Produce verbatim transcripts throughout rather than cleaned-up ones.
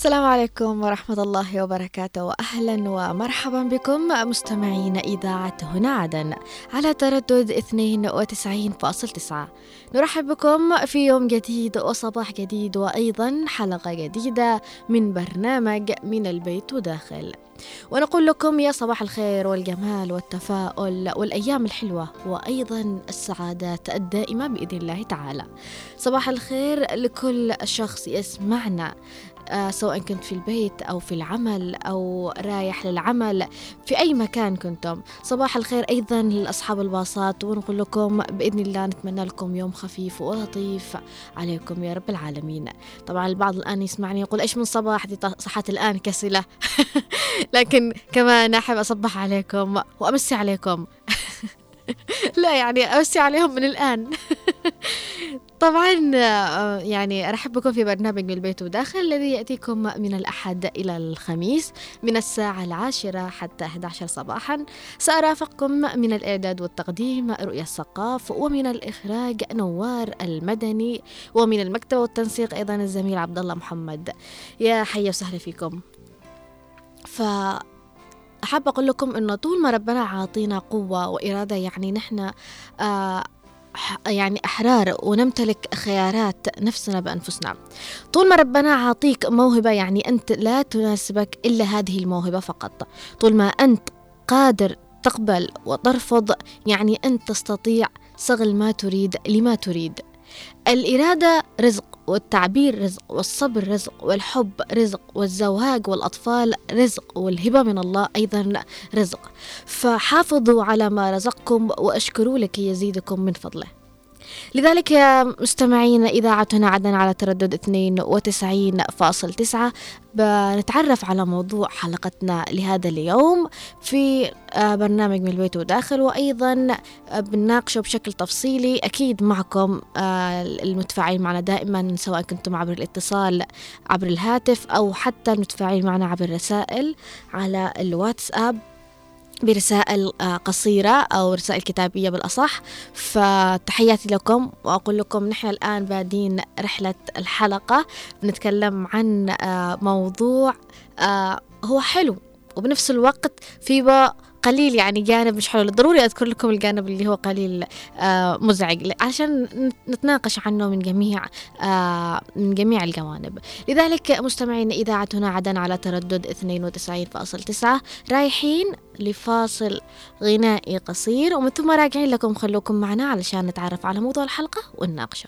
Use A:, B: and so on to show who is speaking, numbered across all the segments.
A: السلام عليكم ورحمة الله وبركاته، وأهلا ومرحبا بكم مستمعين إذاعة هنا عدن على تردد اثنين وتسعين فاصل تسعة. نرحب بكم في يوم جديد وصباح جديد وأيضا حلقة جديدة من برنامج من البيت وداخل، ونقول لكم يا صباح الخير والجمال والتفاؤل والأيام الحلوة وأيضا السعادات الدائمة بإذن الله تعالى. صباح الخير لكل شخص يسمعنا، آه سواء كنت في البيت أو في العمل أو رايح للعمل، في أي مكان كنتم. صباح الخير أيضا لأصحاب الباصات، ونقول لكم بإذن الله نتمنى لكم يوم خفيف ولطيف عليكم يا رب العالمين. طبعا البعض الآن يسمعني يقول إيش من صباح دي، صحت الآن كسلة لكن كمان أحب أصبح عليكم وأمسي عليكم لا يعني أمسي عليهم من الآن طبعا يعني أرحب بكم في برنامج من البيت وداخل الذي يأتيكم من الأحد إلى الخميس من الساعة العاشرة حتى أحد عشر صباحا. سأرافقكم من الإعداد والتقديم رؤية الثقاف، ومن الإخراج نوار المدني، ومن المكتب والتنسيق أيضا الزميل عبد الله محمد. يا حي وسهلا فيكم. فأحب أقول لكم إنه طول ما ربنا عاطينا قوة وإرادة، يعني نحن آه يعني أحرار ونمتلك خيارات نفسنا بأنفسنا. طول ما ربنا عاطيك موهبة، يعني أنت لا تناسبك إلا هذه الموهبة فقط. طول ما أنت قادر تقبل وترفض، يعني أنت تستطيع صغل ما تريد لما تريد. الإرادة رزق، والتعبير رزق، والصبر رزق، والحب رزق، والزواج والأطفال رزق، والهبة من الله أيضا رزق. فحافظوا على ما رزقكم وأشكروا لكي يزيدكم من فضله. لذلك يا مستمعين إذاعتنا عدن على تردد اثنين وتسعين فاصل تسعة، بنتعرف على موضوع حلقتنا لهذا اليوم في برنامج من البيت وداخل، وأيضا بنناقشه بشكل تفصيلي أكيد معكم المتفاعلين معنا دائما، سواء كنتم عبر الاتصال عبر الهاتف أو حتى المتفاعلين معنا عبر الرسائل على الواتساب برسائل قصيرة أو رسائل كتابية بالأصح. فتحياتي لكم، وأقول لكم نحن الآن بادين رحلة الحلقة، بنتكلم عن موضوع هو حلو وبنفس الوقت في قليل يعني جانب مش حلو. ضروري أذكر لكم الجانب اللي هو قليل آه مزعج عشان نتناقش عنه من جميع آه من جميع الجوانب. لذلك مستمعين إذاعتنا عدن على تردد اثنين وتسعين فاصل تسعة رايحين لفاصل غنائي قصير، ومن ثم راجعين لكم. خلوكم معنا علشان نتعرف على موضوع الحلقة ونناقشه.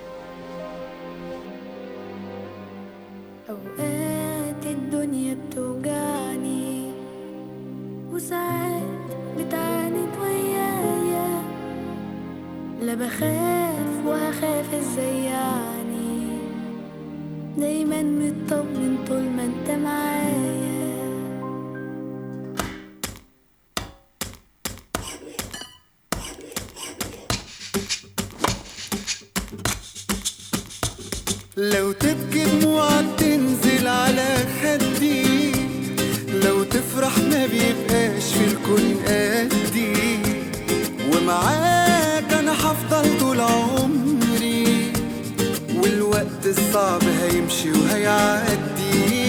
B: أوقات الدنيا بتوجعني وساعات بتعاند ويايا، لا بخاف وهخاف ازاي يعني، دايما مطمن طول ما انت معايا.
C: لو تبكي دموعك تنزل على خدي، لو تفرح ما بيبقاش في الكون قدي، ومعاك انا هفضل طول عمري، والوقت الصعب هيمشي وهيعدي.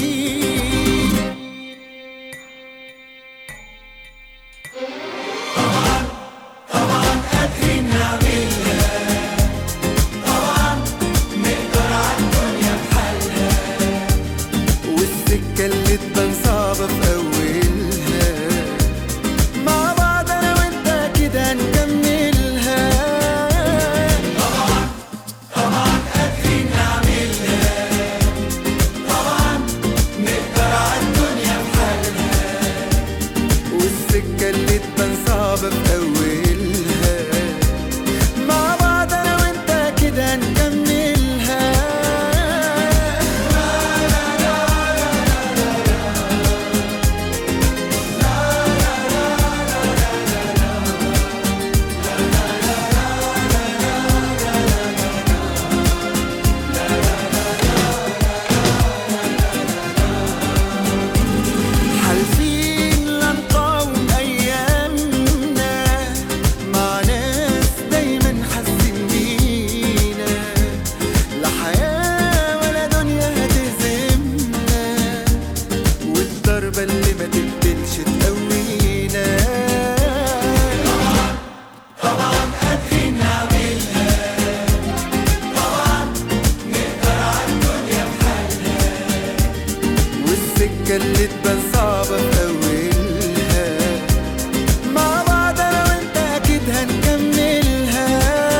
C: طبعا طبعا قادرين نعملها، طبعا نقدر عالدنيا بحالها، والسكة اللي تبان صعبة في أولها مع بعض أنا وإنت كده هنكمل. السكة اللي تبان صعبة في أولها، مع بعض أنا وأنت أكيد هنكملها.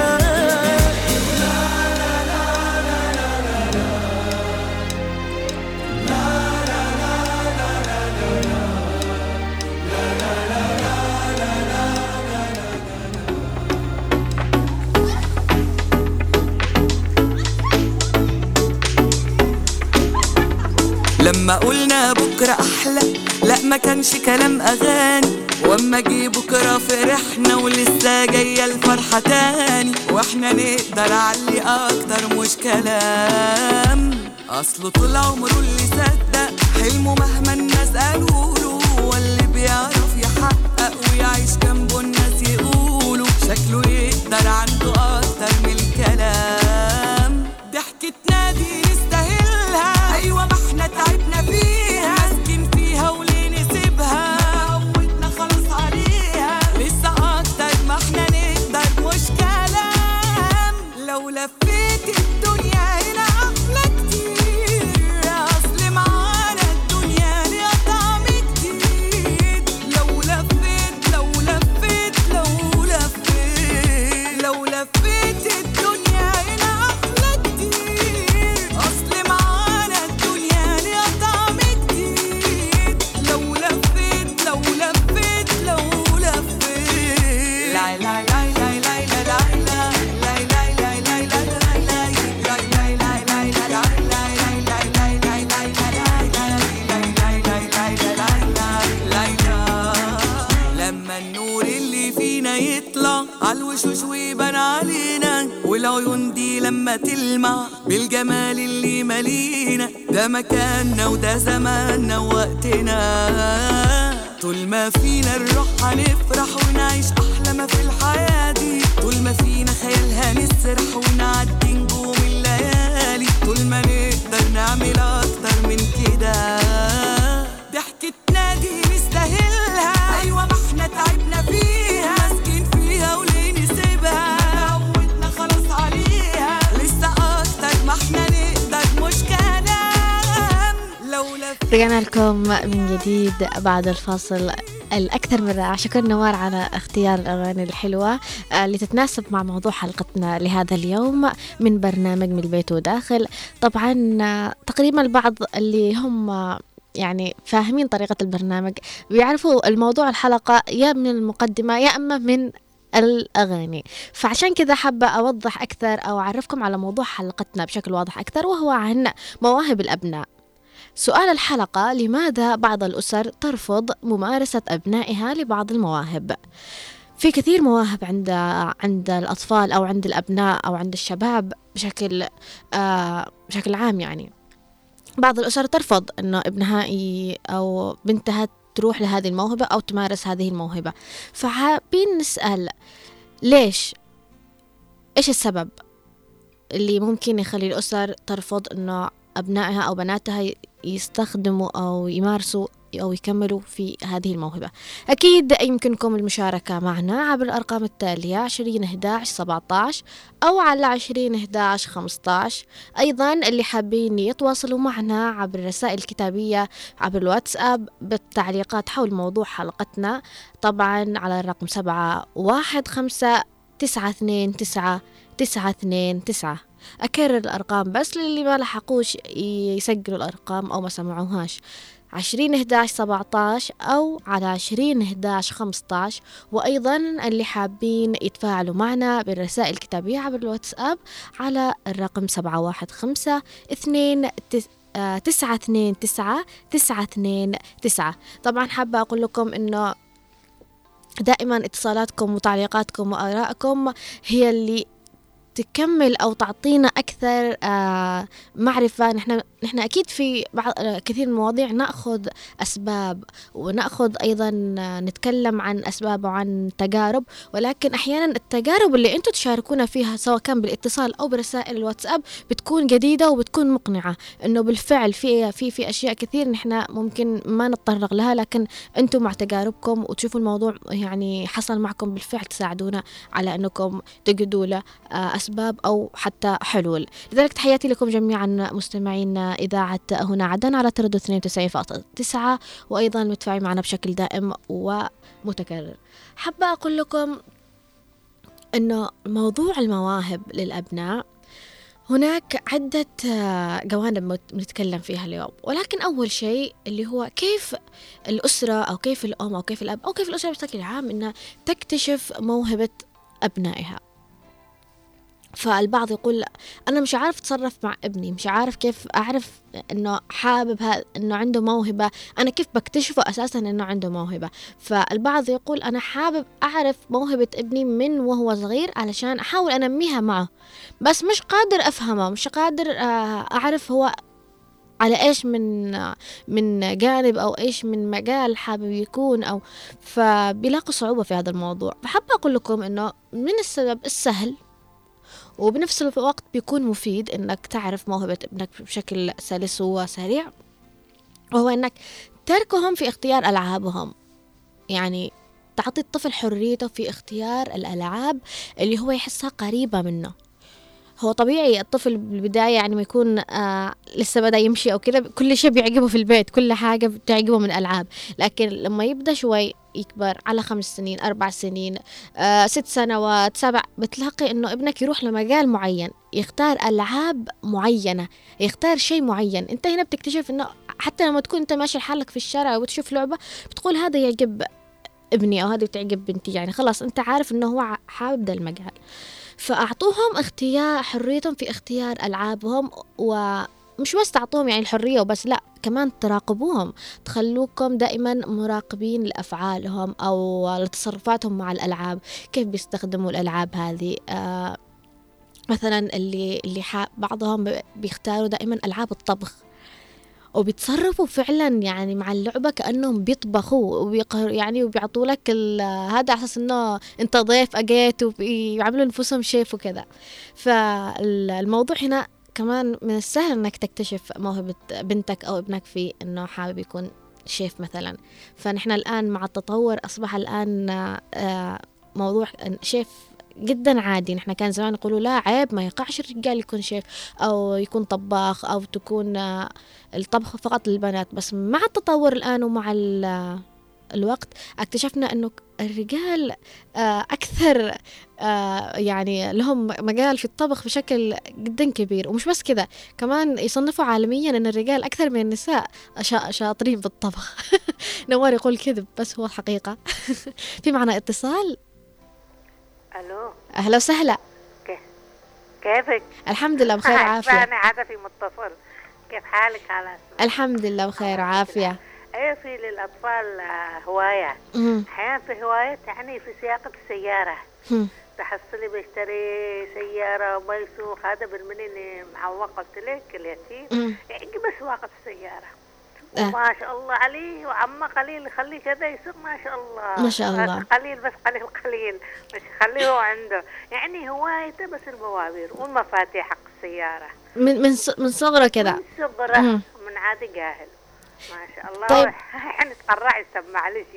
D: لما قلنا بكرة أحلى لا ما كانش كلام أغاني، واما جه بكرة فرحنا ولسه جاية الفرحة تاني، واحنا نقدر علي أكتر مش كلام. أصله طول عمره اللي صدق حلمه مهما الناس قالوله، واللي بيعرف يحقق ويعيش جنبه الناس يقولوا شكله يقدر عنده أكتر من الكلام. ضحكتنا دي نستاهلها، أيوة ما احنا تعبنا فيها، مسكين فيها وليه نسيبها، عودنا خلاص عليها، لسه أكتر ما احنا نقدر مش كلام. لو لفيت الدنيا هنا أحلى كتير، أصل معانا الدنيا ليها طعم جديد. لو لفيت لو لفيت لو لفيت لو لفيت الدنيا هنا أحلى كتير، أصل معانا الدنيا ليها طعم جديد. لو لفيت لو لفيت لو لفيت لا لا لا لا لا لما النور اللي فينا يطلع عالوشوش ويبان علينا، والعيون دي لما تلمع بالجمال اللي مالينا، ده مكاننا وده زماننا ووقتنا. طول ما فينا الروح هنفرح ونعيش أحلى ما في الحياة دي، طول ما فينا خيال هنسرح ونعدي نجوم الليالي، طول ما نقدر نعمل أكتر من كده. ضحكتنا دي نستاهلها، أيوة ما احنا تعبنا فيها، مسكين فيها وليه نسيبها، عودنا خلاص عليها، لسه أكتر ما احنا نقدر مش كلام. لو لف
A: رجعنا لكم من جديد بعد الفاصل الأكثر من رائع. شكرا نوار على اختيار الأغاني الحلوة اللي تتناسب مع موضوع حلقتنا لهذا اليوم من برنامج من البيت وداخل. طبعا تقريبا البعض اللي هم يعني فاهمين طريقة البرنامج بيعرفوا الموضوع الحلقة يا من المقدمة يا أما من الأغاني، فعشان كذا حابة أوضح أكثر أو أعرفكم على موضوع حلقتنا بشكل واضح أكثر، وهو عن مواهب الأبناء. سؤال الحلقة: لماذا بعض الأسر ترفض ممارسة أبنائها لبعض المواهب؟ في كثير مواهب عند عند الأطفال أو عند الأبناء أو عند الشباب بشكل آه بشكل عام. يعني بعض الأسر ترفض أنه ابنها أو بنتها تروح لهذه الموهبة أو تمارس هذه الموهبة، فحابين نسأل ليش؟ إيش السبب اللي ممكن يخلي الأسر ترفض أنه أبنائها أو بناتها يستخدموا أو يمارسوا أو يكملوا في هذه الموهبة؟ أكيد يمكنكم المشاركة معنا عبر الأرقام التالية: عشرين إحداعش سبعتاش أو على عشرين إحداعش خمستاش. أيضا اللي حابين يتواصلوا معنا عبر الرسائل الكتابية عبر الواتساب بالتعليقات حول موضوع حلقتنا، طبعا على الرقم سبعة واحد خمسة تسعة اثنين تسعة تسعة اثنين تسعة. أكرر الأرقام بس للي ما لحقوش يسجلوا الأرقام أو ما سمعوهاش: عشرين إحداعش سبعتاش أو على عشرين إحداعش خمستاش. وأيضا اللي حابين يتفاعلوا معنا بالرسائل الكتابية عبر الواتساب على الرقم سبعة واحد خمسة اثنين تسعة اثنين تسعة تسعة اثنين تسعة. طبعا حابة أقول لكم إنه دائما اتصالاتكم وتعليقاتكم وآرائكم هي اللي تكمل أو تعطينا أكثر آه معرفة. نحن نحن أكيد في بعض كثير من المواضيع نأخذ أسباب ونأخذ أيضا نتكلم عن أسباب وعن تجارب، ولكن أحيانا التجارب اللي أنتم تشاركونا فيها سواء كان بالاتصال أو برسائل الواتساب بتكون جديدة وبتكون مقنعة، إنه بالفعل في في في أشياء كثير نحن ممكن ما نتطرق لها، لكن أنتم مع تجاربكم وتشوفوا الموضوع يعني حصل معكم بالفعل تساعدونا على أنكم تجدوا له آه أسباب أو حتى حلول. لذلك تحياتي لكم جميعا مستمعين إذاعة هنا عدن على تردد اثنين وتسعين فاصلة تسعة، وأيضا متفاعلين معنا بشكل دائم ومتكرر. حابة أقول لكم أنه موضوع المواهب للأبناء هناك عدة جوانب نتكلم فيها اليوم، ولكن أول شيء اللي هو كيف الأسرة أو كيف الأم أو كيف الأب أو كيف الأسرة بشكل عام إنها تكتشف موهبة أبنائها. فالبعض يقول أنا مش عارف أتصرف مع ابني، مش عارف كيف أعرف إنه حابب هذا، إنه عنده موهبة، أنا كيف بكتشفه أساساً إنه عنده موهبة. فالبعض يقول أنا حابب أعرف موهبة ابني من وهو صغير علشان أحاول أنميها معه، بس مش قادر أفهمه، مش قادر أعرف هو على إيش من من جانب أو إيش من مجال حابب يكون، أو فبيلاقوا صعوبة في هذا الموضوع. فحابة أقول لكم إنه من السبب السهل وبنفس الوقت بيكون مفيد إنك تعرف موهبة ابنك بشكل سلس وسريع، وهو إنك تركهم في اختيار ألعابهم. يعني تعطي الطفل حريته في اختيار الألعاب اللي هو يحسها قريبة منه. هو طبيعي الطفل بالبداية يعني ما يكون آه لسه بدأ يمشي أو كده كل شيء بيعجبه في البيت، كل حاجة بتعجبه من ألعاب، لكن لما يبدأ شوي يكبر على خمس سنين أربع سنين آه ست سنوات سبع، بتلاقي إنه ابنك يروح لمجال معين، يختار ألعاب معينة، يختار شيء معين. أنت هنا بتكتشف إنه حتى لما تكون أنت ماشي لحالك في الشارع وتشوف لعبة بتقول هذا يعجب ابني أو هذا بتعجب بنتي، يعني خلاص أنت عارف إنه هو حابب ده المجال. فأعطوهم اختيار حريتهم في اختيار ألعابهم، ومش بس تعطوهم يعني الحرية وبس، لا كمان تراقبوهم، تخلوكم دائما مراقبين لأفعالهم أو لتصرفاتهم مع الألعاب، كيف بيستخدموا الألعاب هذه. آه مثلا اللي اللي بعضهم بيختاروا دائما ألعاب الطبخ، وبيتصرفوا فعلا يعني مع اللعبة كأنهم بيطبخوا وبيقهر يعني وبيعطوا لك هذا على أساس إنه أنت ضيف أجيت، وبيعملوا نفسهم شيف وكذا. فالموضوع هنا كمان من السهل إنك تكتشف موهبة بنتك أو ابنك في إنه حابب يكون شيف مثلا. فنحن الآن مع التطور أصبح الآن موضوع شيف جدا عادي. نحن كان زمان يقولوا لا عيب، ما يقعش الرجال يكون شيف أو يكون طباخ أو تكون الطبخ فقط للبنات. بس مع التطور الآن ومع الوقت اكتشفنا أنه الرجال أكثر يعني لهم مجال في الطبخ بشكل جدا كبير. ومش بس كذا، كمان يصنفوا عالميا أن الرجال أكثر من النساء شاطرين بالطبخ. نوار يقول كذب بس هو حقيقة. في معنا اتصال.
E: الو،
A: اهلا وسهلا.
E: كيف كيفك؟
A: الحمد لله بخير وعافيه.
E: انا هدفي متصل. كيف حالك؟ على
A: الحمد لله بخير وعافيه.
E: ايه في للاطفال هوايه، احيانا في هوايه يعني في سياقه السياره. تحصلي بيشتري سياره وما يسوق، هذا بالمنين معوق قلت لك اليتيم يعجب سواقه السياره. ما شاء الله عليه، وعما قليل يخليه كذا يسوق ما شاء الله
A: ما شاء الله،
E: قليل بس قليل قليل مش خليه هو عنده يعني هوايته بس البوابير والمفاتيح حق السيارة
A: من من من صغره كذا،
E: من صغره من عادي جاهل ما شاء الله.
A: طيب
E: احنا تقرع يسمع لي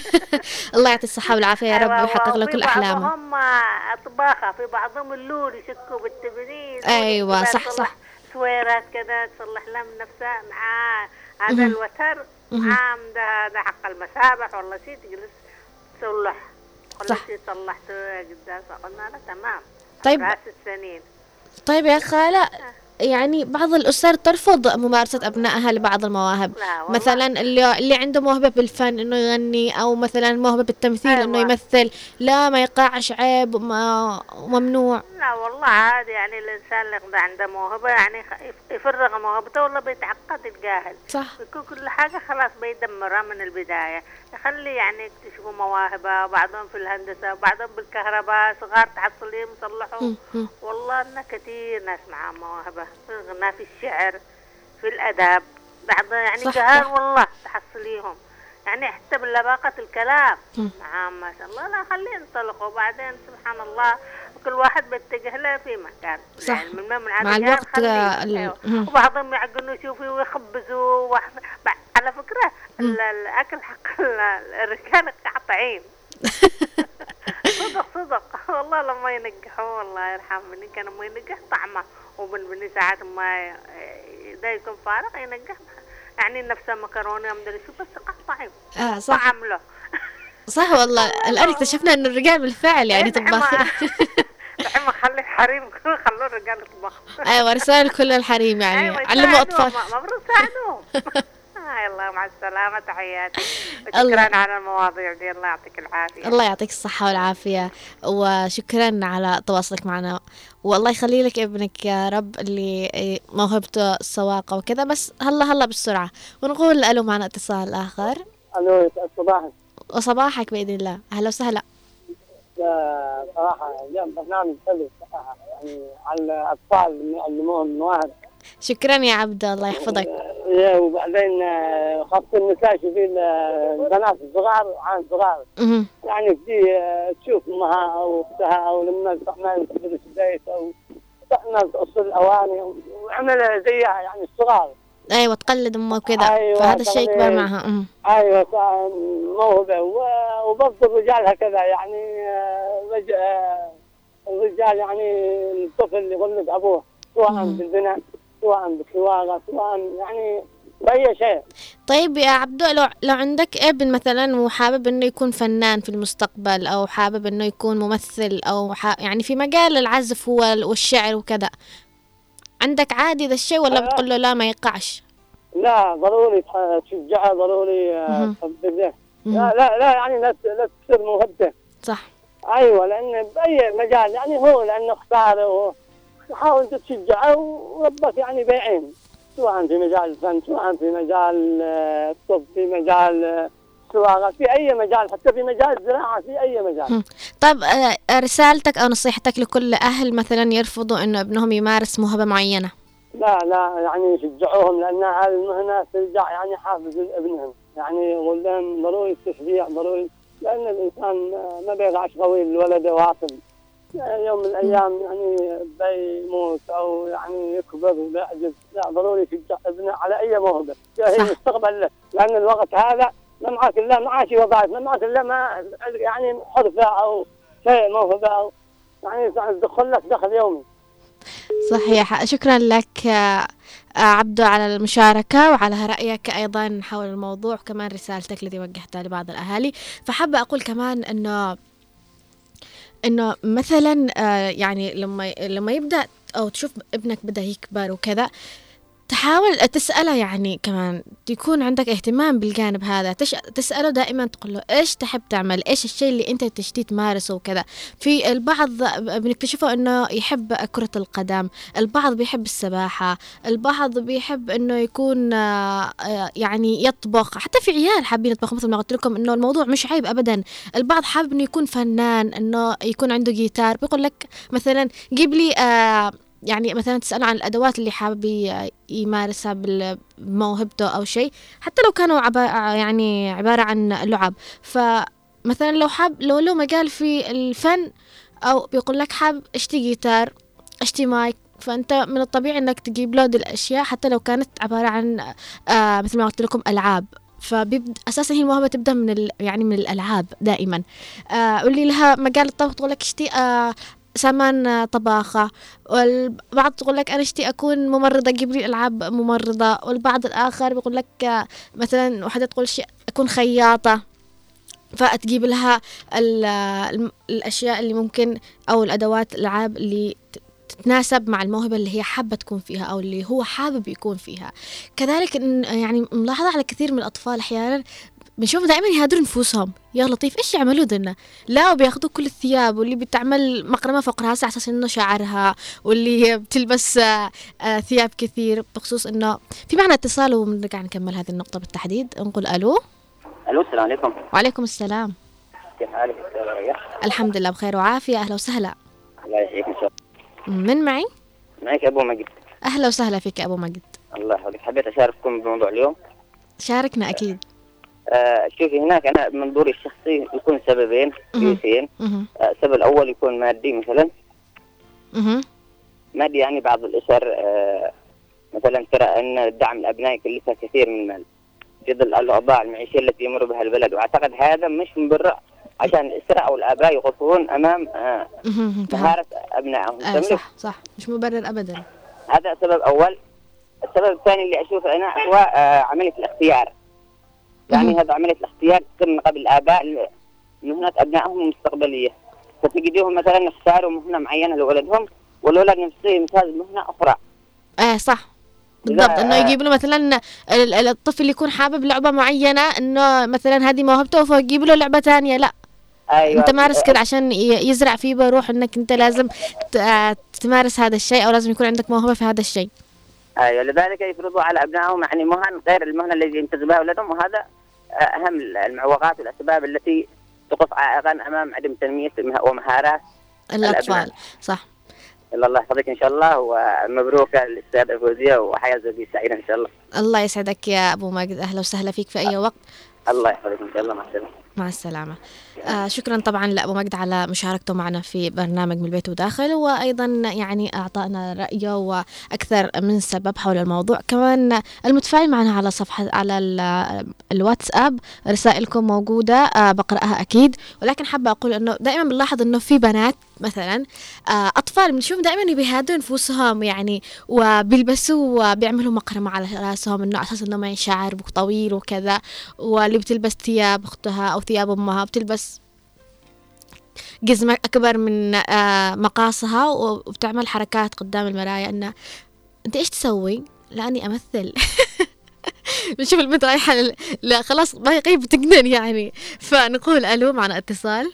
A: الله يعطي الصحة والعافية يا رب ويحقق له كل أحلامه.
E: هم أطباخة، في بعضهم اللول يشكوا بالتبريد.
A: أيوة صح صح،
E: سويرات كذا تصلح لها من نفسها مع هذا الوتر عام ده ده حق المسابح والله شيء تجلس تصلح خلصي صلحته قدام قلنا لا تمام.
A: طيب
E: راس السنين.
A: طيب يا خالة، يعني بعض الأسر ترفض ممارسة أبنائها لبعض المواهب، مثلا اللي اللي عنده موهبة بالفن إنه يغني، أو مثلا موهبة بالتمثيل أيوة. إنه يمثل، لا ما يقعش عيب وممنوع.
E: لا والله عادي، يعني الإنسان اللي عنده موهبة يعني يفرغ موهبته والله بيتعقد الجاهل.
A: صح.
E: بيكون كل حاجة خلاص بيدمرها من البداية، يخلي يعني يكتشفوا مواهبه، بعضهم في الهندسة بعضهم بالكهرباء، صغار تحصليهم يصلحوا. والله إن كثير ناس معاهم موهبة في الغناء، في الشعر، في الأداب، بعض يعني جهال والله تحصليهم يعني حتى باللباقة الكلام معاهم ما شاء الله. لا خليه ينطلقوا، وبعدين سبحان الله كل واحد بيتجه له في مكان.
A: صح.
E: يعني من من
A: مع الوقت
E: ال... وبعضهم يعقلوا يشوفوا ويخبزوا وح... على فكرة ال... الأكل حق الرجال طعيم. صدق صدق والله لما ينجحوا الله يرحمني كان ما ينجح طعمه ومن بني ساعات ما ده يكون فارغ ينجح يعني نفس مكرونة مدري شو بس قطعي
A: آه صح
E: طعم له
A: صح والله. الآن اكتشفنا إنه الرجال بالفعل يعني طباخ.
E: دحين خلي الحريم خلوا الرجال يطبخ.
A: أيوة رسالة كل الحريم يعني
E: أيوة
A: علموا أطفال.
E: مبروك ساعدوهم. يلا مع السلامة تحياتي وشكرا على المواضيع دي. الله يعطيك العافية.
A: الله يعطيك الصحة والعافية وشكرا على تواصلك معنا والله يخلي لك ابنك يا رب اللي موهبته السواقة وكذا. بس هلا هلا بسرعة ونقول ألو معنا اتصال آخر.
F: ألو صباحك.
A: وصباحك بإذن الله. أهلا وسهلا.
F: صراحة اليوم برنامج حلو صراحة يعني على الأطفال اللي يعلموهم المواهب.
A: شكرا يا عبد الله يحفظك.
F: وبعدين خاصة النساء شوفين البنات الصغار عن صغار يعني بدي تشوف امها او اختها او لما تعمل تدرس البيت او تعمل تقص الاواني وعمل زيها يعني الصغار.
A: ايوه تقلد امه وكذا.
F: أيوة
A: فهذا الشيء كبر معها. أمم.
F: ايوه موهبه. وبرضه الرجال هكذا يعني الرجال يعني الطفل يقول لك ابوه سواء بالبناء سواء بالسواقة سواء يعني بأي شيء.
A: طيب يا عبدو لو لو عندك ابن مثلا وحابب انه يكون فنان في المستقبل او حابب انه يكون ممثل او يعني في مجال العزف والشعر وكذا، عندك عادي ذا الشيء ولا بتقول له لا ما يقعش؟
F: لا ضروري تشجعه ضروري تحفزه. لا لا لا يعني لا لا تصير موهبته.
A: صح.
F: ايوه لان باي مجال يعني هو لانه اختاره حاول تشجعه وربك يعني بيعين سواء في مجال الفن سواء في مجال الطب في مجال السواقة في أي مجال حتى في مجال الزراعة في أي مجال.
A: طب رسالتك أو نصيحتك لكل أهل مثلا يرفضوا إنه ابنهم يمارس موهبة معينة؟
F: لا لا يعني يشجعوهم لأن هذه المهنة ترجع يعني حافز ابنهم يعني يقول لهم ضروري التشجيع ضروري لأن الإنسان ما بيقعش قوي الولد واصل يوم من الأيام يعني بيموت أو يعني يكبر وبيعجز. لا ضروري يشجع ابنه على أي موهبة هي المستقبل له لأن الوقت هذا ما معك إلا معاشي وظائف ما معك إلا ما يعني حرفة أو شيء موهبة أو يعني تدخل لك دخل يومي.
A: صحيح. شكرا لك عبدو على المشاركة وعلى رأيك أيضا حول الموضوع كمان رسالتك التي وجهتها لبعض الأهالي. فحابة أقول كمان أنه إنه مثلا آه يعني لما لما يبدأ أو تشوف ابنك بدأ يكبر وكذا تحاول تسأله يعني كمان يكون عندك اهتمام بالجانب هذا. تش... تسأله دائما تقول له إيش تحب تعمل إيش الشيء اللي أنت تشتي تمارسه وكذا. في البعض بنكتشفه إنه يحب كرة القدم، البعض بيحب السباحة، البعض بيحب إنه يكون آه يعني يطبخ. حتى في عيال حابين يطبخوا مثل ما قلت لكم إنه الموضوع مش عيب أبدا. البعض حابب إنه يكون فنان إنه يكون عنده جيتار بيقول لك مثلا جيب لي آه يعني مثلا تسأله عن الأدوات اللي حابب يمارسها بموهبته أو شيء حتى لو كانوا عبا يعني عبارة عن لعب. فمثلا لو حاب لو له مجال في الفن أو بيقول لك حاب اشتري جيتار اشتري مايك فأنت من الطبيعي أنك تجيب له دي الأشياء حتى لو كانت عبارة عن آه مثل ما قلت لكم ألعاب. فبيبدأ أساسا هي الموهبة تبدأ من ال... يعني من الألعاب دائما. آه واللي لها مجال الطبخ تقول لك اشتري آه سمن طباخة، والبعض تقول لك أنا اشتي أكون ممرضة جيب لي ألعاب ممرضة، والبعض الآخر بيقول لك مثلا واحدة تقول شيء أكون خياطة فتجيب لها الأشياء اللي ممكن أو الأدوات الألعاب اللي تتناسب مع الموهبة اللي هي حابة تكون فيها أو اللي هو حابب يكون فيها. كذلك يعني ملاحظة على كثير من الأطفال أحيانا بنشوف دائما يهادروا نفوسهم يا لطيف إيش يعملوا دنا لا وبياخدوا كل الثياب واللي بتعمل مقرمة فوق راسها على أساس إنه شعرها واللي بتلبس ثياب كثير بخصوص إنه في معنا اتصال ونرجع نكمل هذه النقطة بالتحديد. نقول ألو.
G: ألو السلام عليكم.
A: وعليكم السلام.
G: كيف حالك أستاذ رياح؟
A: الحمد لله بخير وعافية. أهلا وسهلا.
G: الله يحييك إن شاء الله.
A: من معي؟
G: معك أبو مجد.
A: أهلا وسهلا فيك أبو مجد.
G: الله يحفظك. حبيت أشارككم بموضوع اليوم.
A: شاركنا أكيد.
G: آه شوفي هناك أنا منظوري الشخصي يكون سببين رئيسيين. آه السبب الأول يكون مادي مثلا.
A: مه.
G: مادي يعني بعض الأسر آه مثلا ترى أن دعم الأبناء يكلفها كثير من المال في ظل الأوضاع المعيشية التي يمر بها البلد، وأعتقد هذا مش مبرر عشان الأسرة أو الآباء يغطون أمام آه مهارة أبنائهم.
A: آه صح صح، مش مبرر أبدا.
G: هذا سبب أول. السبب الثاني اللي أشوفه أنا هو آه عملية الاختيار. يعني هذا عملية الاختيار تتم من قبل الآباء لمهنة أبنائهم المستقبلية، فتجديهم مثلا يختاروا مهنة معينة لولدهم والولد نفسه يمتاز مهنة أخرى.
A: آه صح بالضبط، انه يجيب له مثلا الطفل يكون حابب لعبة معينة، انه مثلا هذه موهبته فيجيب له لعبة ثانية. لا أيوة. انت مارس كده عشان يزرع فيه بروح انك انت لازم تمارس هذا الشيء او لازم يكون عندك موهبة في هذا الشيء.
G: ايوه، لذلك يفرضوا على ابنائهم يعني مهن غير المهنة التي ينتج بها اولادهم، وهذا اهم المعوقات والاسباب التي تقف عائقا امام عدم تنمية ومهارات
A: الاطفال.
G: الأبناء.
A: صح.
G: الله يحفظك ان شاء الله، ومبروك للاستاذة فوزية وحياة زوجية سعيدة ان شاء الله.
A: الله يسعدك يا ابو ماجد، اهلا وسهلا فيك في اي وقت.
G: الله يحفظك ان شاء الله. مع السلامة.
A: مع السلامة. آه شكرا طبعا لأبو مجد على مشاركته معنا في برنامج من البيت وداخل، وأيضا يعني أعطانا رأيه وأكثر من سبب حول الموضوع. كمان المتفاعل معنا على صفحة على الواتساب رسائلكم موجودة، آه بقرأها أكيد، ولكن حابة أقول أنه دائما بنلاحظ أنه في بنات مثلا آه أطفال بنشوف دائما بيهادوا نفوسهم يعني، وبيلبسوا وبيعملوا مقرمة على رأسهم إنه أساس إنه معي شعر طويل وكذا، واللي بتلبس ثياب أختها أو ثياب أمها بتلبس جزمة أكبر من آه مقاسها وبتعمل حركات قدام المراية إنه أنت إيش تسوي؟ لأني أمثل. بنشوف البنت رايحة لا خلاص ما يقيب تجنن يعني. فنقول ألو، معنا اتصال.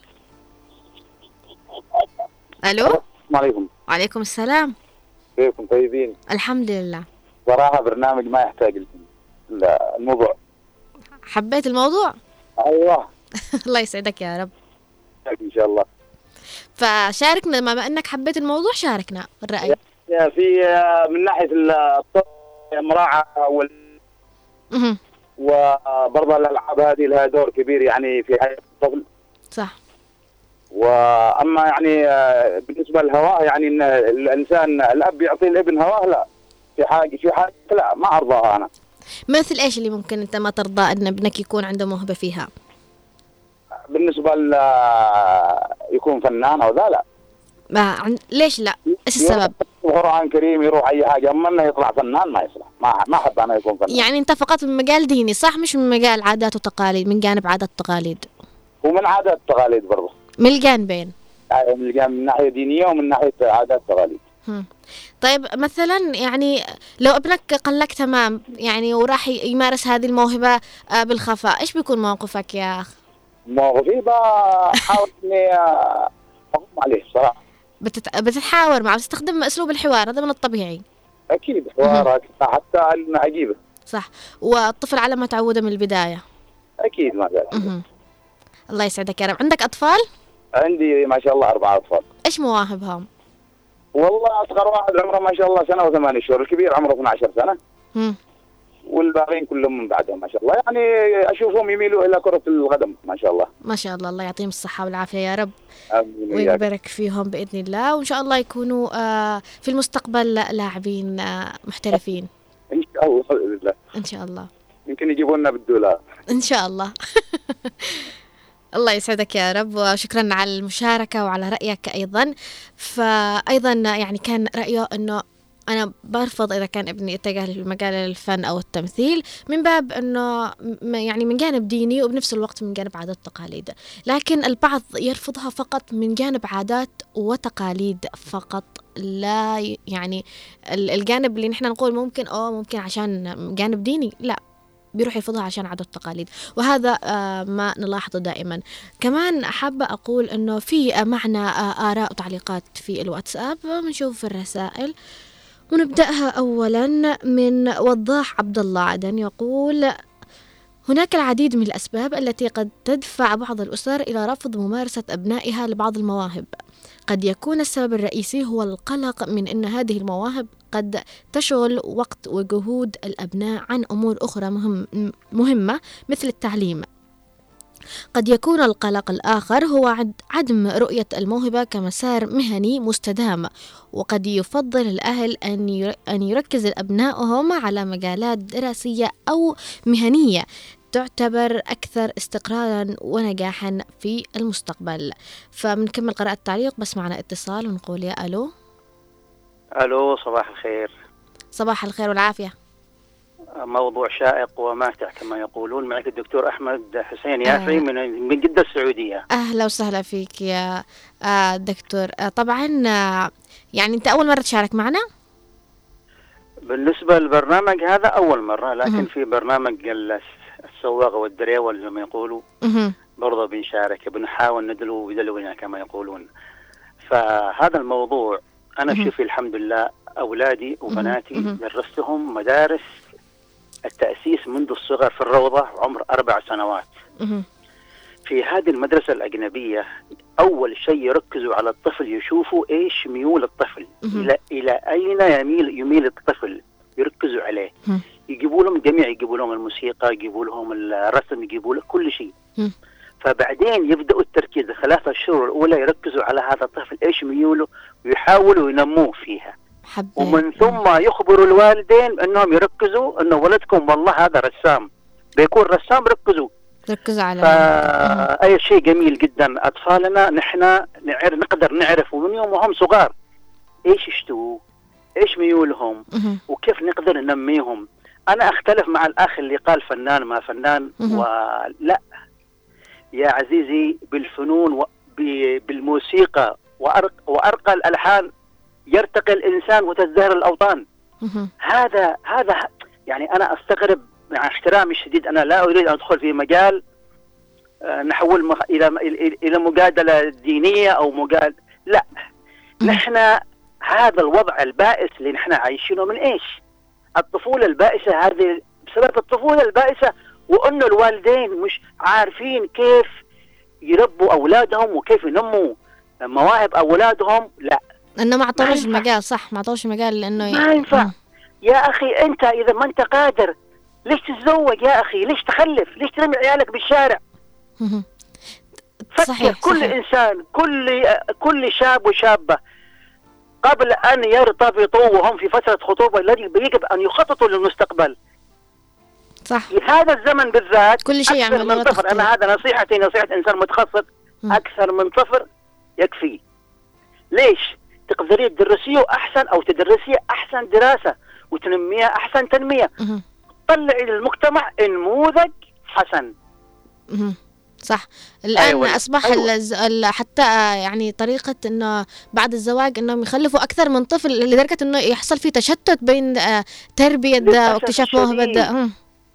A: ألو.
H: السلام عليكم.
A: وعليكم السلام.
H: كيفكم؟ طيبين؟
A: الحمد لله.
H: صراحة برنامج ما يحتاج الموضوع.
A: حبيت الموضوع؟
H: أيوة.
A: الله يسعدك يا رب.
H: إن شاء الله.
A: فشاركنا بما أنك حبيت الموضوع، شاركنا الرأي.
H: في من ناحية المراعاة وال وبرضه الألعاب هذه لها دور كبير يعني في حياة الطفل.
A: صح.
H: وأما يعني بالنسبة للهواء يعني إن الإنسان الأب يعطي الابن هواء، لا في حاجة في حاجة لا ما أرضاها أنا.
A: مثل إيش اللي ممكن أنت ما ترضى أن ابنك يكون عنده موهبة فيها؟
H: بالنسبة ل يكون فنان أو ذا لا.
A: ما عن... ليش لا؟ إيش السبب؟
H: قرآن كريم يروح أي حاجة، أما إنه يطلع فنان ما يصلح، ما ما أحب أنا يكون فنان.
A: يعني أنت فقط من مجال ديني صح، مش من مجال عادات وتقاليد، من جانب عادات وتقاليد.
H: ومن عادات التقاليد برضه.
A: من الجانبين.
H: يعني من الجانب من ناحية دينية ومن ناحية عادات التقاليد.
A: طيب مثلا يعني لو ابنك قال لك تمام يعني وراح يمارس هذه الموهبة بالخفاء، إيش بيكون موقفك يا أخ؟
H: موقفي بحاول إني أقوم عليه صراحة.
A: بتت... بتتحاور معه، بتستخدم أسلوب الحوار، هذا من الطبيعي.
H: أكيد حوارات حتى عجيبة.
A: صح، والطفل على ما تعوده من البداية.
H: أكيد ما قال.
A: الله يسعدك يا رب. عندك أطفال؟
H: عندي ما شاء الله أربعة أطفال.
A: إيش مواهبهم؟
H: والله أصغر واحد عمره ما شاء الله سنة وثمانية شهور، الكبير عمره اثنا عشر سنة.
A: مم.
H: والباقيين كلهم من بعدهم ما شاء الله، يعني أشوفهم يميلوا إلى كرة القدم ما شاء الله.
A: ما شاء الله، الله يعطيهم الصحة والعافية يا رب.
H: آمين.
A: ويبارك فيهم بإذن الله، وإن شاء الله يكونوا آه في المستقبل لاعبين آه محترفين.
H: إن شاء الله بإذن الله.
A: إن شاء الله.
H: يمكن يجيبوا لنا بالدولار.
A: إن شاء الله. الله يسعدك يا رب، وشكرا على المشاركة وعلى رأيك أيضا. فأيضا يعني كان رأيه أنه أنا برفض إذا كان ابني اتجه لمجال الفن أو التمثيل من باب أنه يعني من جانب ديني وبنفس الوقت من جانب عادات وتقاليد، لكن البعض يرفضها فقط من جانب عادات وتقاليد فقط، لا يعني الجانب اللي نحن نقول ممكن أو ممكن عشان جانب ديني، لا بيروح يرفضها عشان عادات وتقاليد، وهذا ما نلاحظه دائما. كمان حابة أقول أنه في معنا آراء وتعليقات في الواتساب، بنشوف الرسائل ونبدأها أولا من وضاح عبد الله عدن، يقول هناك العديد من الأسباب التي قد تدفع بعض الأسر إلى رفض ممارسة أبنائها لبعض المواهب. قد يكون السبب الرئيسي هو القلق من أن هذه المواهب قد تشغل وقت وجهود الأبناء عن أمور أخرى مهم مهمة مثل التعليم. قد يكون القلق الآخر هو عدم رؤية الموهبة كمسار مهني مستدام، وقد يفضل الأهل أن يركز أبنائهم على مجالات دراسية أو مهنية تعتبر أكثر استقرارا ونجاحا في المستقبل. فبنكمل قراءة التعليق، بس معنا اتصال ونقول يا ألو.
I: ألو، صباح الخير.
A: صباح الخير والعافية.
I: موضوع شائق وماتع كما يقولون. معك الدكتور أحمد حسين يافعي من من جدة السعودية.
A: أهلا وسهلا فيك يا آه دكتور. آه طبعا آه يعني أنت أول مرة تشارك معنا؟
I: بالنسبة للبرنامج هذا أول مرة، لكن م- في برنامج السواقة والدريوة زي ما يقولوا برضه بنشارك، بنحاول ندلو بدلونا كما يقولون. فهذا الموضوع أنا شوفي الحمد لله أولادي وبناتي درستهم مدارس التأسيس منذ الصغر في الروضة عمر أربع سنوات. في هذه المدرسة الأجنبية أول شيء يركزوا على الطفل، يشوفوا إيش ميول الطفل، إلى إلى أين يميل يميل الطفل، يركزوا عليه. يجيبوا لهم جميع، يجيبوا لهم الموسيقى، يجيبوا لهم الرسم، يجيبوا لهم كل شيء. فبعدين يبدأوا التركيز الثلاثة الشهور الأولى يركزوا على هذا الطفل إيش ميوله ويحاولوا ينموه فيها.
A: حبي.
I: ومن ثم يخبروا الوالدين أنهم يركزوا أنه ولدكم والله هذا رسام، بيكون رسام، ركزوا
A: ركزوا على
I: أي شيء جميل جدا. أطفالنا نحن نعرف نقدر نعرف من يوم وهم صغار إيش يشتوا، إيش ميولهم، وكيف نقدر ننميهم. أنا أختلف مع الأخ اللي قال فنان ما فنان، ولا يا عزيزي، بالفنون بالموسيقى وأرق وأرقى الألحان يرتقي الإنسان وتزدهر الأوطان. هذا هذا يعني أنا أستغرب مع احترامي الشديد. أنا لا أريد أن أدخل في مجال نحول مخ... إلى إلى مجادلة دينية أو مجال، لا. نحن هذا الوضع البائس اللي نحن عايشينه من إيش؟ الطفولة البائسة هذه بسبب الطفولة البائسة، وأن الوالدين مش عارفين كيف يربوا أولادهم وكيف ينموا مواهب أولادهم. لا،
A: إنه ما عطوش المجال. صح، ما عطوش المجال لأنه
I: ما ينفع. يا أخي أنت إذا ما أنت قادر ليش تتزوج يا أخي؟ ليش تخلف؟ ليش ترمي عيالك بالشارع؟ فكر.
A: صحيح.
I: كل
A: صحيح.
I: إنسان، كل كل شاب وشابة قبل أن يرتبطوا وهم في فترة خطوبة يجب أن يخططوا للمستقبل.
A: صح.
I: في هذا الزمن بالذات
A: كل شيء
I: أكثر من طفل. أنا هذا نصيحتي، نصيحة إنسان متخصص، أكثر من طفل يكفي. ليش؟ تقدري تدرسيه أحسن أو تدرسيه أحسن دراسة وتنميها أحسن تنمية. طلعي للمجتمع نموذج حسن.
A: صح. الآن
I: أيوة.
A: أصبح
I: أيوة.
A: الز... حتى يعني طريقة إنه بعد الزواج إنهم يخلفوا أكثر من طفل لدرجة إنه يحصل في تشتت بين تربية واكتشاف موهبة.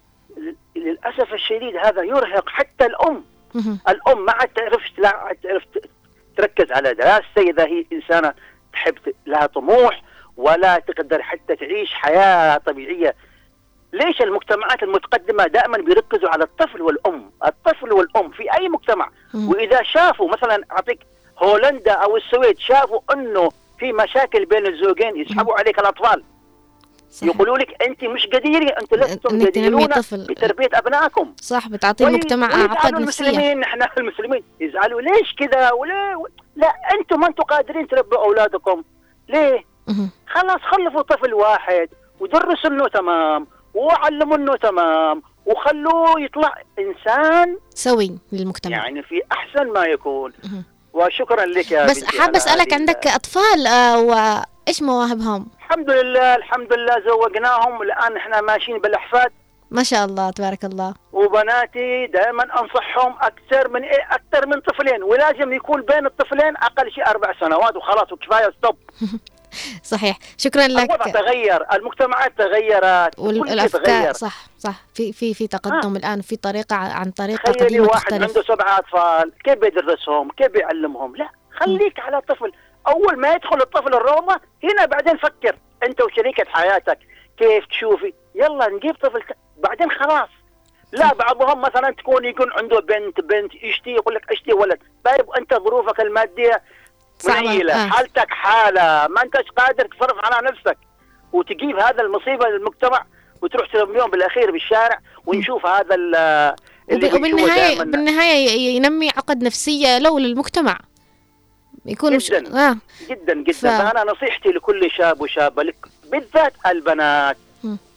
I: للأسف الشديد هذا يرهق حتى الأم. الأم ما عاد تعرف لا تعرف تركز على دراستها إذا هي إنسانة تحب لها طموح ولا تقدر حتى تعيش حياة طبيعية. ليش المجتمعات المتقدمة دائما بيركزوا على الطفل والأم، الطفل والأم في أي مجتمع؟ وإذا شافوا مثلا أعطيك هولندا أو السويد، شافوا أنه في مشاكل بين الزوجين يسحبوا عليك الأطفال. صح. يقولوا لك أنت مش قديري، أنت لستم جديرون بتربية أبنائكم.
A: صح. بتعطي المجتمع عقد نفسية.
I: المسلمين نحن المسلمين يزعلوا ليش كذا ولا لا، أنتم ما أنتم قادرين تربوا أولادكم ليه؟ خلاص خلفوا طفل واحد ودرسوا إنه تمام وعلموا إنه تمام وخلوه يطلع إنسان
A: سوي للمجتمع،
I: يعني في أحسن ما يكون. وشكرا لك يا
A: بس حاب أسألك، عندك أطفال آه وإيش مواهبهم؟
I: الحمد لله الحمد لله زوجناهم، الآن إحنا ماشيين بالأحفاد
A: ما شاء الله تبارك الله.
I: وبناتي دائما أنصحهم أكثر من إيه أكثر من طفلين، ولازم يكون بين الطفلين أقل شيء أربع سنوات وخلاص وكفاية ستوب.
A: صحيح. شكرا لك.
I: الوضع تغير، المجتمعات تغيرت،
A: والأفكار. صح صح في في في تقدم آه. الآن في طريقة عن طريقة
I: قديمة
A: تختلف.
I: واحد عنده سبعة أطفال كيف بيدرسهم؟ كيف بيعلمهم؟ لا، خليك م. على طفل. أول ما يدخل الطفل الروضة هنا بعدين فكر أنت وشريكة حياتك كيف تشوفي، يلا نجيب طفل بعدين خلاص. لا بعضهم مثلا تكون يكون عنده بنت بنت يشتي يقول لك اشتي ولد، طيب أنت ظروفك المادية منيلة، آه. حالتك حالة ما أنتش قادر تصرف على نفسك، وتجيب هذا المصيبة للمجتمع وتروح ترميهم بالأخير بالشارع. ونشوف هذا اللي
A: وبالنهاية بالنهاية ينمي عقد نفسية لو للمجتمع يكون
I: جدا
A: مش... آه.
I: جدا جدا ف... فأنا نصيحتي لكل شاب وشابة لك بالذات البنات م.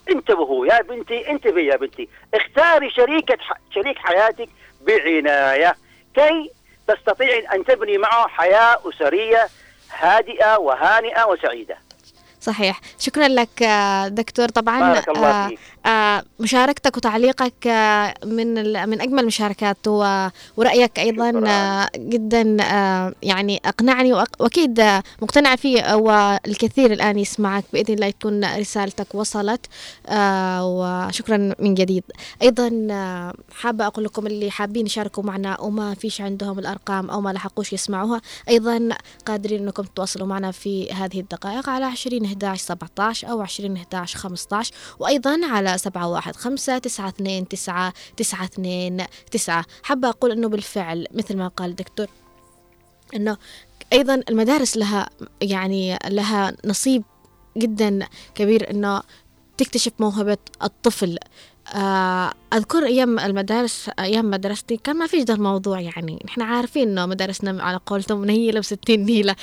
I: انتبهوا يا بنتي، انتبهي يا بنتي، اختاري شريكة شريك حياتك بعناية كي تستطيعي أن تبني معه حياة أسرية هادئة وهانئة وسعيدة.
A: صحيح. شكرا لك دكتور. طبعا
I: بارك الله فيك.
A: مشاركتك وتعليقك من من أجمل المشاركات، ورأيك أيضا شكرا. جدا يعني أقنعني، وأكيد مقتنع فيه، والكثير الآن يسمعك بإذن الله تكون رسالتك وصلت، وشكرا من جديد. أيضا حابة أقول لكم اللي حابين يشاركوا معنا وما فيش عندهم الأرقام أو ما لحقوش يسمعوها، أيضا قادرين أنكم تتواصلوا معنا في هذه الدقائق على عشرين إحدى عشر سبعة عشر أو عشرين إحدى عشر خمسة عشر، وأيضا على سبعة واحد خمسة تسعة اثنين تسعة تسعة اثنين تسعة. حابة أقول أنه بالفعل مثل ما قال الدكتور أنه أيضا المدارس لها يعني لها نصيب جدا كبير أنه تكتشف موهبة الطفل. أذكر أيام المدارس، أيام مدرستي كان ما فيش ده الموضوع، يعني نحن عارفين إنه مدارسنا على قولتهم منيلة وستين نيلة.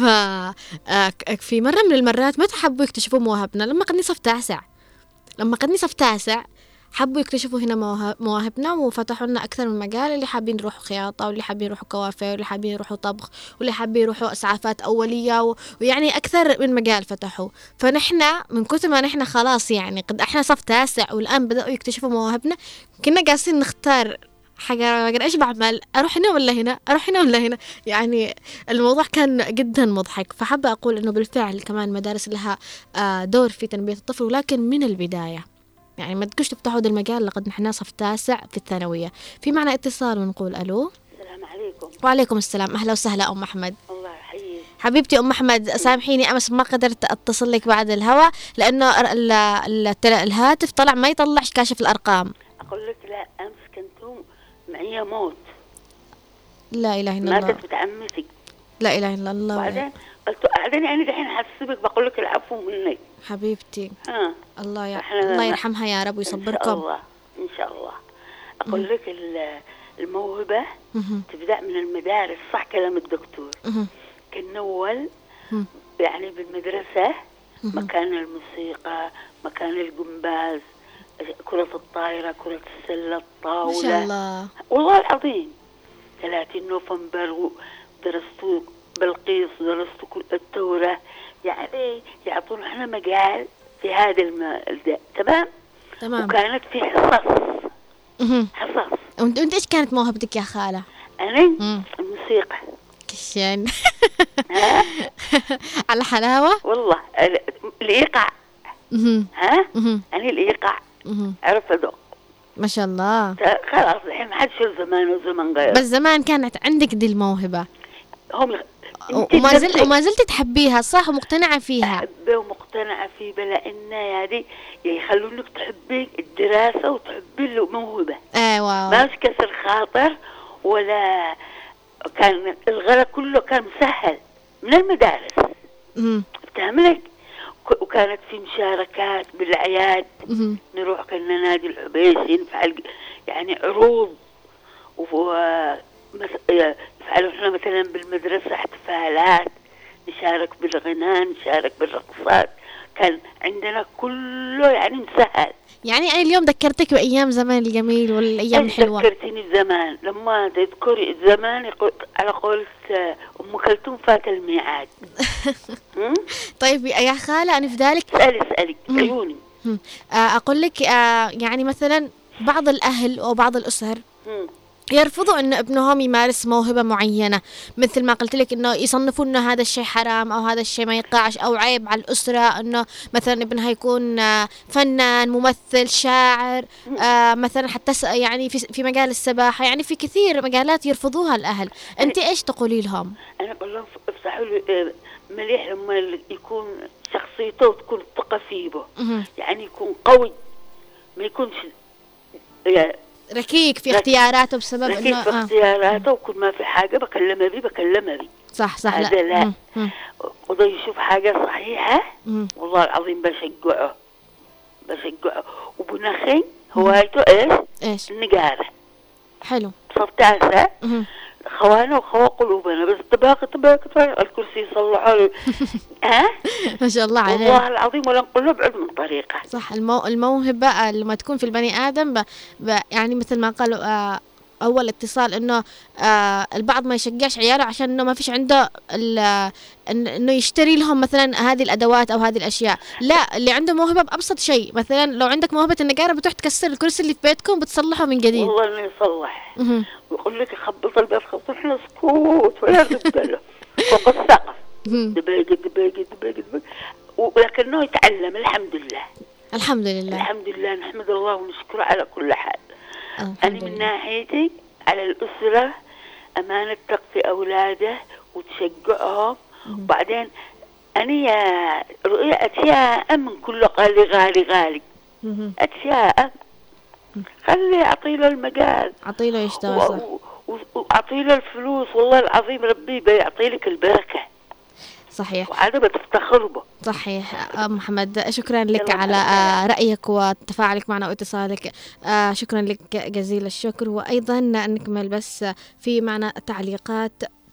A: ففي مرة من المرات ما تحبوا يكتشفوا مواهبنا لما قدني صف تاسع لما قدني صف تاسع حبوا يكتشفوا هنا مواهبنا، وفتحوا لنا أكثر من مجال، اللي حابين يروحوا خياطة، واللي حابين يروحوا كوافير، واللي حابين يروحوا طبخ، واللي حابين يروحوا إسعافات أولية، و... ويعني أكثر من مجال فتحوا. فنحن من كثر ما نحن خلاص يعني قد إحنا صف تاسع والآن بدأوا يكتشفوا مواهبنا، كنا قاعدين نختار حاجة إيش بعمل، أروح هنا ولا هنا، أروح هنا ولا هنا. يعني الموضوع كان جدا مضحك. فحابة أقول إنه بالفعل كمان مدارس لها دور في تنمية الطفل، ولكن من البداية، يعني ما تقولش تفتحوا ده المجال لقد نحن صف تاسع في الثانوية. في معنا اتصال ونقول ألو.
J: السلام عليكم.
A: وعليكم السلام. أهلا وسهلا أم أحمد.
J: الله يحييك
A: حبيبتي أم أحمد، سامحيني أمس ما قدرت أتصل لك بعد الهواء لأنه ال ال الهاتف طلع ما يطلعش كاشف الأرقام.
J: أقول لك لا، أمس كنتم معي موت.
A: لا إله إلا الله.
J: ماتت بتعمتي.
A: لا إله إلا الله.
J: وبعدين قلت بعدين يعني دحين حسبك بقول لك العفو مني
A: حبيبتي.
J: ها
A: الله يا الله يرحمها يا رب ويصبركم.
J: إن شاء الله إن شاء الله. أقول مم. لك الموهبة مم. تبدأ من المدارس، صح كلام الدكتور. كان أول يعني بالمدرسة مم. مكان الموسيقى، مكان الجمباز، كرة الطائرة، كرة السلة، الطاولة.
A: ما شاء الله
J: والله العظيم. ثلاثين نوفمبر درستوا بلقيس، درستوا كل التوراة، يعني يعطون احنا مجال في هذا المجال. تمام
A: تمام.
J: وكانت في حصص حصص.
A: وانت انت ايش كانت موهبتك يا خالة؟
J: انا مم. الموسيقى.
A: كشان على حلاوة
J: والله. الايقاع. ها انا الايقاع عرفت ادق.
A: ما شاء الله.
J: خلاص الحين ما حدش زمان وزمان غير،
A: بس زمان كانت عندك دي الموهبة
J: هم
A: وما زلت وما زلت تحبيها صح ومقتنعة فيها؟
J: أحبه ومقتنعة فيه، بلا إنه هذه يخلونك تحبي الدراسة وتحبي الموهبة.
A: أيوة.
J: ما مش كسر خاطر ولا كان الغلا كله كان مسهل من المدارس. امم بتعملك. وكانت في مشاركات بالأعياد، نروح كنا نادي الحبيشي نفعل يعني عروض، ويفعلوا احنا مثلا بالمدرسة احتفالات، نشارك بالغناء، نشارك بالرقصات، كان عندنا كله يعني مسهل.
A: يعني أنا اليوم ذكرتك بأيام زمان الجميل والأيام الحلوة.
J: ذكرتني بزمان، لما تذكري الزمان على قولة أم كلثوم فات الميعاد.
A: طيب يا خالة أنا في ذلك
J: اسألي اسألي عيوني.
A: أقول لك يعني مثلا بعض الأهل أو بعض الأسر يرفضوا أن ابنهم يمارس موهبة معينة، مثل ما قلت لك أنه يصنفوا أنه هذا الشيء حرام أو هذا الشيء ما يقعش أو عيب على الأسرة، أنه مثلا ابنها يكون فنان، ممثل، شاعر، آه مثلا حتى يعني في في مجال السباحة، يعني في كثير مجالات يرفضوها الأهل. أنت إيش تقولي لهم؟
J: أنا أقول لهم افصحوا له مليح لما يكون شخصيته وتكون ثقة فيه، يعني يكون قوي، ما يكونش يعني
A: ركيك في اختياراته بسبب
J: ركيك انه في اختياراته، وكل ما في حاجه بكلمها بيه بكلمها بيه.
A: صح صح.
J: هذا لا, لا. وده يشوف حاجه صحيحه مم. والله العظيم بشجعه بشجعه. وبنخي هوايته ايش؟
A: ايش؟
J: النجاره.
A: حلو.
J: صف تاسع خوانا وخوا قلوبنا، بس تباقي تباقي تباقي الكرسي يصلحوا له. ها
A: ما شاء الله عليك
J: والله العظيم، ولا نقول له بعد من طريقه.
A: صح. المو... الموهبة لما تكون في البني آدم ب... ب... يعني مثل ما قالوا آه أول اتصال إنه آه البعض ما يشجعش عياله عشان إنه ما فيش عنده إنه يشتري لهم مثلا هذه الأدوات أو هذه الأشياء. لا، اللي عنده موهبة بأبسط شيء، مثلا لو عندك موهبة النجارة بتروح تكسر الكرسي اللي في بيتكم بتصلحه من جديد.
J: والله إنه يصلح ويقول لك خبط الباب خبط، إحنا سكوت ولا تبدله فوق السقف دبيق دبيق دبيق دبيق، ولكنه يتعلم. الحمد لله
A: الحمد لله
J: الحمد لله، نحمد الله ونشكره على كل حال. أنا من ناحيتي على الأسرة أمانة تقفي أولاده وتشجعهم. وبعدين أنا يا رؤية أتشاء من كل غالي غالي غالي أتشاء، خلي أعطيله المجال،
A: أعطيله يشتغل
J: وأعطيله الفلوس. والله العظيم ربي بيعطي لك البركة.
A: صحيح،
J: وعادة بتفتخر به.
A: صحيح. محمد شكرا لك على رأيك وتفاعلك معنا واتصالك، شكرا لك جزيل الشكر. وأيضا نكمل بس في معنا تعليقات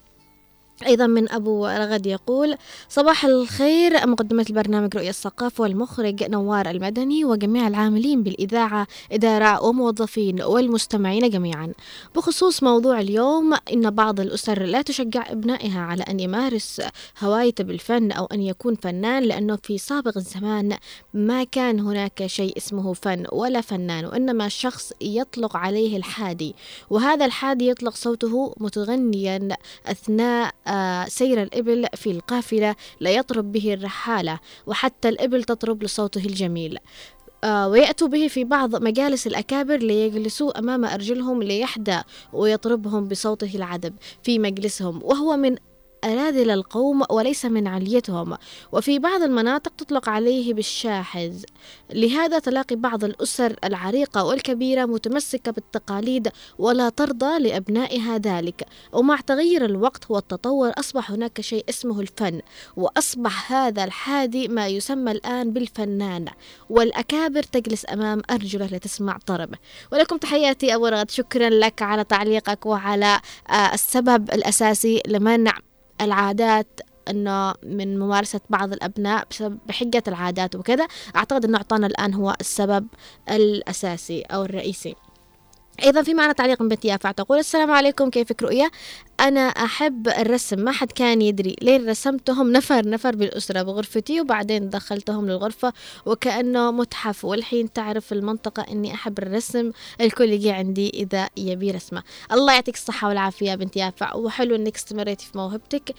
A: أيضا من أبو رغد يقول: صباح الخير مقدمة البرنامج رؤية الثقافة والمخرج نوار المدني وجميع العاملين بالإذاعة، إدارة وموظفين والمستمعين جميعا. بخصوص موضوع اليوم، إن بعض الأسر لا تشجع أبنائها على أن يمارس هوايته بالفن أو أن يكون فنان، لأنه في سابق الزمان ما كان هناك شيء اسمه فن ولا فنان، وإنما شخص يطلق عليه الحادي، وهذا الحادي يطلق صوته متغنيا أثناء آه سير الإبل في القافلة، لا يطرب به الرحالة، وحتى الإبل تطرب لصوته الجميل. آه ويأتوا به في بعض مجالس الأكابر ليجلسوا أمام أرجلهم ليحدى ويطربهم بصوته العذب في مجلسهم، وهو من أراذل القوم وليس من عليتهم. وفي بعض المناطق تطلق عليه بالشاحذ. لهذا تلاقي بعض الأسر العريقة والكبيرة متمسكة بالتقاليد ولا ترضى لأبنائها ذلك. ومع تغير الوقت والتطور أصبح هناك شيء اسمه الفن، وأصبح هذا الحادي ما يسمى الآن بالفنان، والأكابر تجلس أمام أرجله لتسمع طربه. ولكم تحياتي أبو رغد، شكرا لك على تعليقك وعلى آه السبب الأساسي لمنع العادات أنه من ممارسة بعض الأبناء بسبب بحجة العادات وكذا. أعتقد أنه أعطانا الآن هو السبب الأساسي أو الرئيسي. أيضا في معنا تعليق من بنت يافع تقول: السلام عليكم، كيفك رؤية؟ أنا أحب الرسم، ما حد كان يدري ليه رسمتهم نفر نفر بالأسرة بغرفتي، وبعدين دخلتهم للغرفة وكأنه متحف، والحين تعرف المنطقة أني أحب الرسم، الكل يجي عندي إذا يبي رسمة. الله يعطيك الصحة والعافية يا بنت يافع، وحلو أنك استمريتي في موهبتك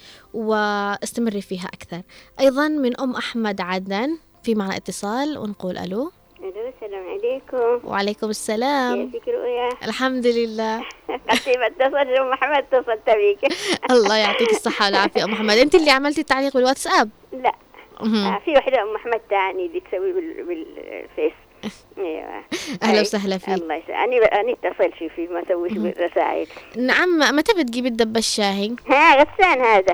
A: واستمري فيها أكثر. أيضا من أم أحمد عدن في معنا اتصال ونقول ألو.
K: السلام عليكم.
A: وعليكم السلام.
K: كيفك رؤيا؟
A: الحمد لله.
K: قصيبة اتصل أم محمد اتصلت بيك.
A: الله يعطيك الصحة والعافية أم محمد. أنت اللي عملتي التعليق بالواتساب؟
K: لا آه في واحدة أم محمد تاني اللي تسوي بالفيس. ايوه
A: اهلا وسهلا فيك.
K: الله يسلمك. انا انا اتصل شي في ما اسويش بالرسائل.
A: نعم، متى بتجيبي الدب الشاهي؟
K: ها غسان هذا.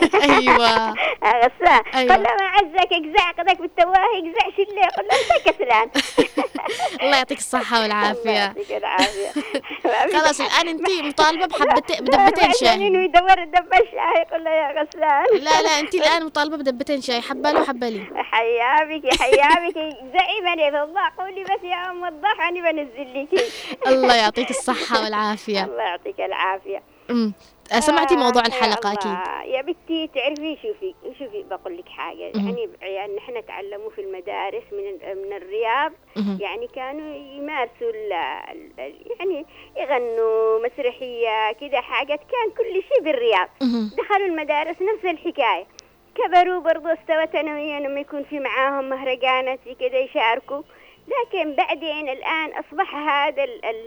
A: ايوه
K: غسان.
A: أيوة.
K: قل ما عزك اجزع قدك بالتواهي اجزع شي اللي قل انت كسلان.
A: الله يعطيك الصحة والعافية.
K: الله يعطيك العافية.
A: خلاص الآن أنت مطالبة بحبتين بدبتين شاي.
K: إنه يدور الدب الشاي قل له يا غسان.
A: لا لا أنت الآن مطالبة بدبتين شاي، حبة له وحبة لي.
K: حيابك حيابك زعيمني في الله، قولي بس يا أم الضح أنا بنزل لك.
A: الله يعطيك الصحة والعافية.
K: الله يعطيك العافية.
A: امم سمعتي
K: آه
A: موضوع الحلقة أكيد.
K: يا بنتي تعرفي، شوفي شوفي بقول لك حاجة. يعني يعني نحن تعلموا في المدارس من من الرياض. يعني كانوا يمارسوا ال يعني يغنوا مسرحية كده حاجات، كان كل شيء بالرياض. دخلوا المدارس نفس الحكاية، كبروا برضو استوى ثانويا لما يكون في معاهم مهرجانات كده يشاركوا. لكن بعدين الآن أصبح هذا ال ال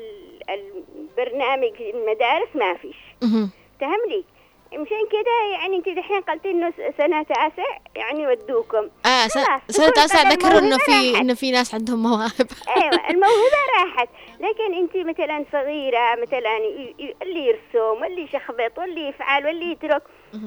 K: البرنامج المدارس ما فيش. تهم لي مشان كده يعني انت دحين قلت انه سنة تاسع يعني ودوكم.
A: اه سنة تاسع ذكروا انه في انه في ناس عندهم مواهب.
K: ايوه الموهبة راحت، لكن انت مثلا صغيرة مثلا اللي يرسم واللي يشخبط واللي يفعل واللي يترك.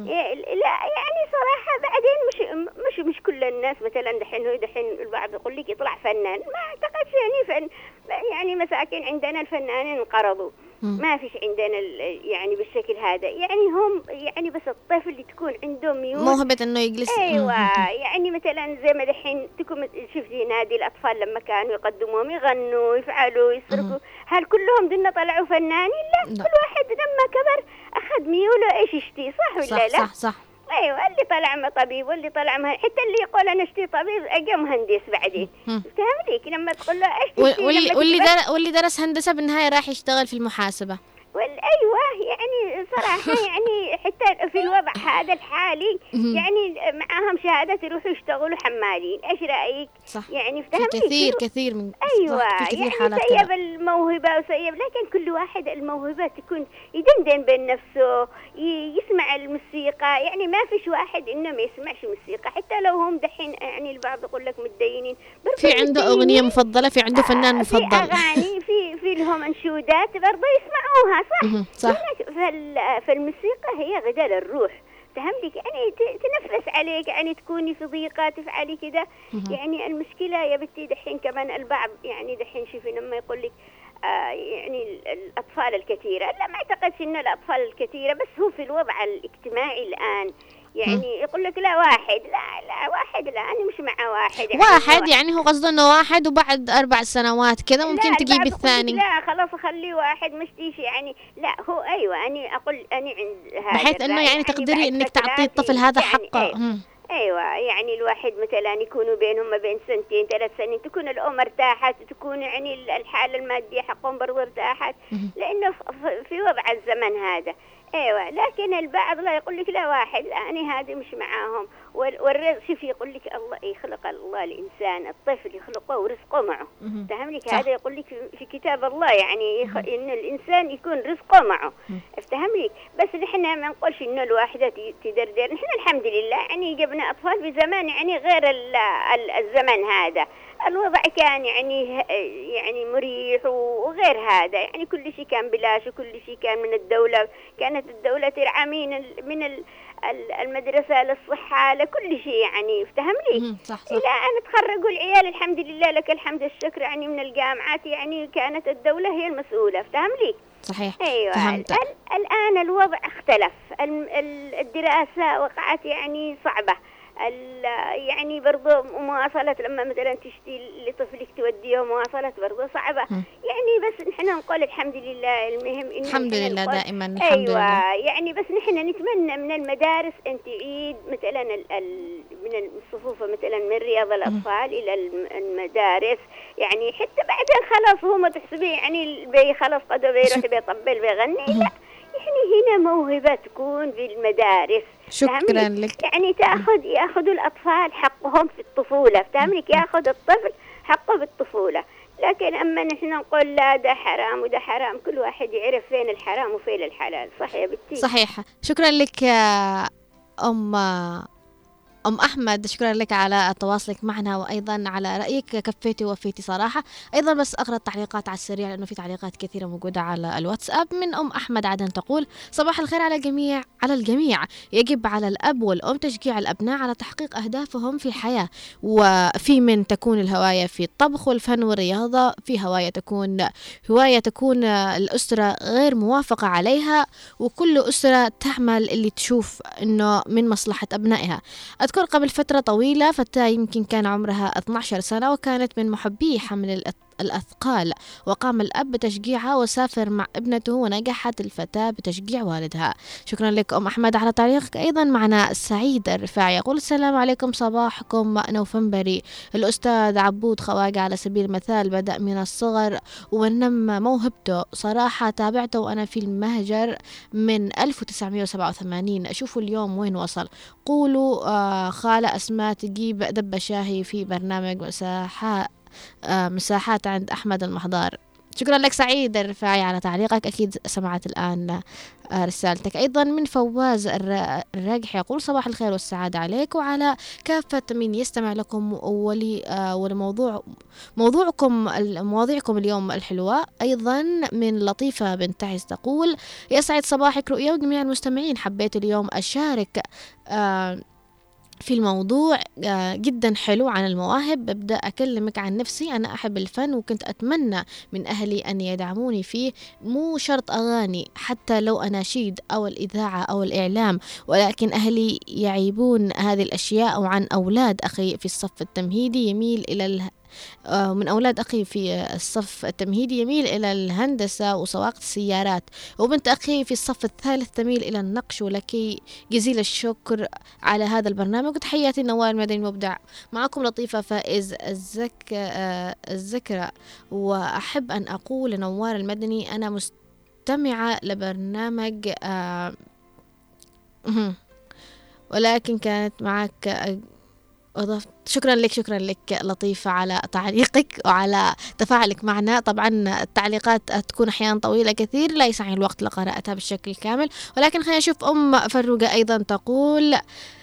K: لا يعني صراحة بعدين مش مش مش كل الناس مثلا دحين هو دحين البعض يقول لك يطلع فنان، ما اعتقدش يعني فن يعني مساكين عندنا الفنانين انقرضوا. ما فيش عندنا يعني بالشكل هذا. يعني هم يعني بس الطفل اللي تكون عنده ميول
A: موهبة انه يجلس.
K: ايوه يعني مثلا زي ما دحين تكون شفتي نادي الاطفال لما كانوا يقدموهم يغنوا يفعلوا يسرقوا، هل كلهم دنا طلعوا فنانين؟ لا, لا. كل واحد لما كبر اخذ ميوله ايش يشتي، صح ولا
A: صح
K: لا؟
A: صح صح.
K: ايوه اللي طلع طبيب واللي طلع مهندس، حتى اللي يقول انا اشتي طبيب اجى مهندس بعدين. فهمتي لما تقول له ايش تشتي
A: واللي واللي, در... واللي درس هندسة بالنهاية راح يشتغل في المحاسبة.
K: ايوه يعني صراحه يعني حتى في الوضع هذا الحالي يعني معاهم شهادات يروحوا يشتغلوا حمالين، ايش رايك؟
A: صح.
K: يعني
A: في كثير كثير من
K: ايوه كثير يعني سيب الموهبه وسيب، لكن كل واحد الموهبه تكون يدندن بين نفسه يسمع الموسيقى. يعني ما فيش واحد انه ما يسمعش موسيقى، حتى لو هم دحين يعني البعض يقول لك متدينين
A: في عنده اغنيه مفضله، في عنده فنان مفضل،
K: في اغاني في في لهم انشودات برضه يسمعوها، صح؟
A: صح.
K: فالموسيقى هي غذاء للروح، فهمتك؟ يعني تنفس عليك، يعني تكوني في ضيقة تفعلي كده. يعني المشكلة يا بنتي دحين كمان البعض يعني دحين شوفي لما يقول لك آه يعني الأطفال الكثيرة، لا ما أعتقدش إن الأطفال الكثيرة، بس هو في الوضع الاجتماعي الآن يعني يقول لك لا واحد لا لا واحد لا أنا مش مع واحد
A: يعني واحد يعني هو قصده إنه واحد وبعد أربع سنوات كذا ممكن تجيب الثاني.
K: لا خلاص خليه واحد مشتيش يعني لا هو أيوة أنا أقول أنا عند هذا
A: بحيث إنه يعني, يعني تقدري إنك تعطي الطفل هذا
K: يعني
A: حقه.
K: أيوة. ايوه يعني الواحد مثلا يكونوا بينهم ما بين سنتين ثلاث سنين تكون الام ارتاحت، تكون يعني الحاله الماديه حقهم برضه ارتاحت، لانه في وضع الزمن هذا. ايوه لكن البعض لا يقول لك لا واحد لا انا هذه مش معاهم. والرزق شوف يقول لك الله يخلق الله الانسان الطفل يخلقه ورزقه معه، فهم لك هذا يقول لك في كتاب الله يعني يخ... ان الانسان يكون رزقه معه، افتهم لك. بس نحن ما نقولش انه الواحده تدردر، نحن الحمد لله يعني جبنا اطفال في زمان يعني غير ال... ال... الزمن هذا الوضع كان يعني يعني مريح وغير هذا، يعني كل شيء كان بلاش وكل شيء كان من الدولة، كانت الدولة ترعى من من المدرسة للصحة لكل شيء يعني افتهم لي. إلى أن تخرجوا العيال الحمد لله لك الحمد الشكر يعني من الجامعات، يعني كانت الدولة هي المسؤولة افتهم لي.
A: صحيح.
K: أيوة الآن الوضع اختلف، الدراسة وقعت يعني صعبة، يعني برضو مواصلة لما مثلا تشتي لطفلك توديه مواصلة برضو صعبة. يعني بس نحن نقول الحمد لله، المهم إنه
A: الحمد لله دائما الحمد
K: أيوة
A: لله.
K: يعني بس نحن نتمنى من المدارس أن تعيد مثلا ال ال من الصفوف مثلا من رياض الأطفال إلى المدارس، يعني حتى بعدين خلاص هو ما تحسبيه يعني بي خلاص قد بيروح بيطبل بيغني، لا يعني هنا موهبة تكون في المدارس.
A: شكرا لك.
K: يعني تأخذ يأخذوا الأطفال حقهم في الطفولة، فهمني يأخذ الطفل حقه بالطفولة. لكن أما نحن نقول لا ده حرام وده حرام، كل واحد يعرف فين الحرام وفين الحلال. صح يا بنتي؟
A: صحيح. شكرا لك يا أم أم أحمد، شكرا لك على تواصلك معنا وأيضا على رأيك، كفيتي ووفيتي صراحة. أيضا بس أقرأ التعليقات على السريع لأنه في تعليقات كثيرة موجودة على الواتساب. من أم أحمد عدن تقول صباح الخير على الجميع على الجميع يجب على الأب والأم تشجيع الأبناء على تحقيق أهدافهم في الحياة، وفي من تكون الهواية في الطبخ والفن والرياضة، في هواية تكون هواية تكون الأسرة غير موافقة عليها، وكل أسرة تعمل اللي تشوف إنه من مصلحة أبنائها. أذكر قبل فترة طويلة فتاة يمكن كان عمرها اثنتي عشرة سنة وكانت من محبي حمل الأثقال، وقام الأب بتشجيعها وسافر مع ابنته ونجحت الفتاة بتشجيع والدها. شكرا لك أم أحمد على تعليقك. أيضا معنا سعيد الرفاعي يقول السلام عليكم، صباحكم نوفمبري. الأستاذ عبود خواجة على سبيل المثال بدأ من الصغر ونمى موهبته، صراحة تابعته وأنا في المهجر من ألف وتسعمائة وسبعة وثمانين، أشوفوا اليوم وين وصل. قولوا آه خالة أسماء تجيب دب شاهي في برنامج مساحات آه مساحات عند أحمد المحضار. شكرا لك سعيد الرفاعي على تعليقك، أكيد سمعت الآن آه رسالتك. أيضا من فواز الراجح يقول صباح الخير والسعادة عليك وعلى كافة من يستمع لكم ولي آه ولموضوع موضوعكم مواضيعكم اليوم الحلوة. أيضا من لطيفة بنت تعز تقول يسعد صباحك رؤيا وجميع المستمعين، حبيت اليوم أشارك آه في الموضوع جدا حلو عن المواهب. ببدأ أكلمك عن نفسي. أنا أحب الفن وكنت أتمنى من أهلي أن يدعموني فيه، مو شرط أغاني، حتى لو أناشيد أو الإذاعة أو الإعلام، ولكن أهلي يعيبون هذه الأشياء. وعن أولاد أخي في الصف التمهيدي يميل إلى ال... من أولاد أخي في الصف التمهيدي يميل إلى الهندسة وسواقة السيارات، وبنت أخي في الصف الثالث تميل إلى النقش. ولك جزيل الشكر على هذا البرنامج، وتحياتي نوال المدني المبدع. معكم لطيفة فائز الزك الذكرى. وأحب أن أقول لنوال المدني أنا مستمعة لبرنامج آه ولكن كانت معك. أضفت شكرا لك شكرا لك لطيفة على تعليقك وعلى تفاعلك معنا. طبعا التعليقات تكون أحيانا طويلة كثير لا يسعني الوقت لقراءتها بالشكل كامل، ولكن خلينا نشوف. أم فروقة أيضا تقول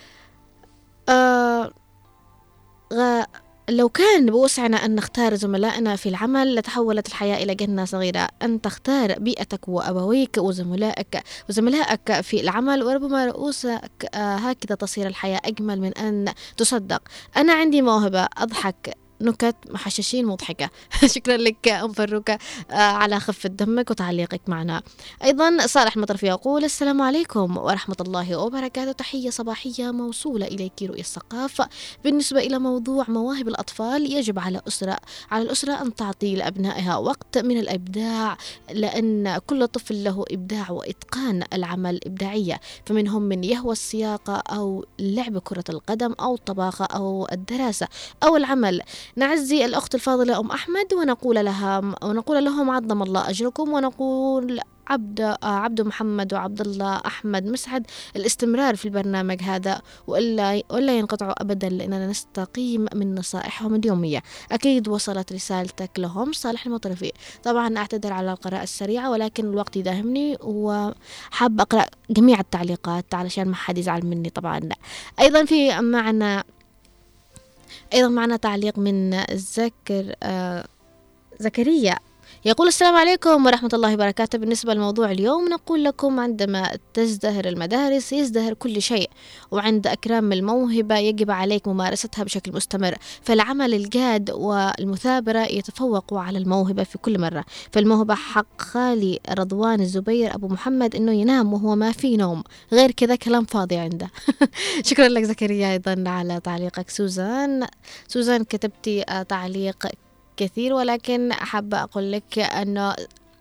A: آه غ... لو كان بوسعنا أن نختار زملائنا في العمل لتحولت الحياة إلى جنة صغيرة. أن تختار بيئتك وأبويك وزملائك وزملائك في العمل وربما رؤوسك، آه هكذا تصير الحياة أجمل من أن تصدق. أنا عندي موهبة أضحك نكت محششين مضحكة. شكرا لك أم فروكة على خفة دمك وتعليقك معنا. أيضا صالح مطرفي يقول السلام عليكم ورحمة الله وبركاته، تحية صباحية موصولة إليك رؤية الثقافة. بالنسبة إلى موضوع مواهب الأطفال، يجب على أسرة على الأسرة أن تعطي لأبنائها وقت من الإبداع، لأن كل طفل له إبداع وإتقان العمل إبداعية، فمنهم من يهوى السياقة أو لعب كرة القدم أو الطباخة أو الدراسة أو العمل. نعزي الأخت الفاضلة أم أحمد ونقول لها ونقول لهم عظم الله أجركم، ونقول عبد عبد محمد وعبد الله أحمد مسعد الاستمرار في البرنامج هذا، وإلا ولا ينقطعوا أبدا، لأننا نستقيم من نصائحهم اليومية. أكيد وصلت رسالتك لهم صالح المطرفي. طبعا أعتذر على القراءة السريعة، ولكن الوقت يداهمني وحاب أقرأ جميع التعليقات علشان ما حد يزعل مني. طبعا أيضا في معنا أيضا معنا تعليق من الذكر آه زكريا يقول السلام عليكم ورحمة الله وبركاته. بالنسبة لموضوع اليوم نقول لكم عندما تزدهر المدارس يزدهر كل شيء، وعند أكرام الموهبة يجب عليك ممارستها بشكل مستمر، فالعمل الجاد والمثابرة يتفوق على الموهبة في كل مرة. فالموهبة حق خالي رضوان الزبير أبو محمد إنه ينام وهو ما في نوم، غير كذا كلام فاضي عنده. شكرا لك زكريا أيضا على تعليقك. سوزان سوزان كتبتي تعليق كثير، ولكن أحب أقول لك أنه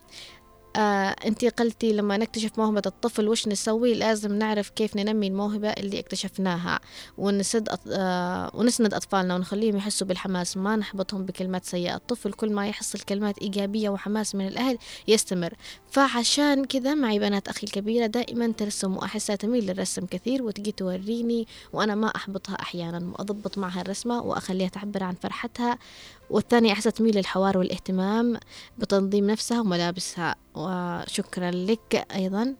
A: آه أنت قلتي لما نكتشف موهبة الطفل وش نسوي؟ لازم نعرف كيف ننمي الموهبة اللي اكتشفناها، ونسد آه ونسند أطفالنا ونخليهم يحسوا بالحماس، ما نحبطهم بكلمات سيئة. الطفل كل ما يحصل كلمات إيجابية وحماس من الأهل يستمر. فعشان كذا معي بنات أخي الكبيرة دائما ترسم، وأحسها تميل للرسم كثير، وتجي توريني وأنا ما أحبطها أحيانا، وأضبط معها الرسمة وأخليها تعبر عن فرحتها. والثانية أحسها تميل للحوار والاهتمام بتنظيم نفسها وملابسها. وشكرا لك. أيضا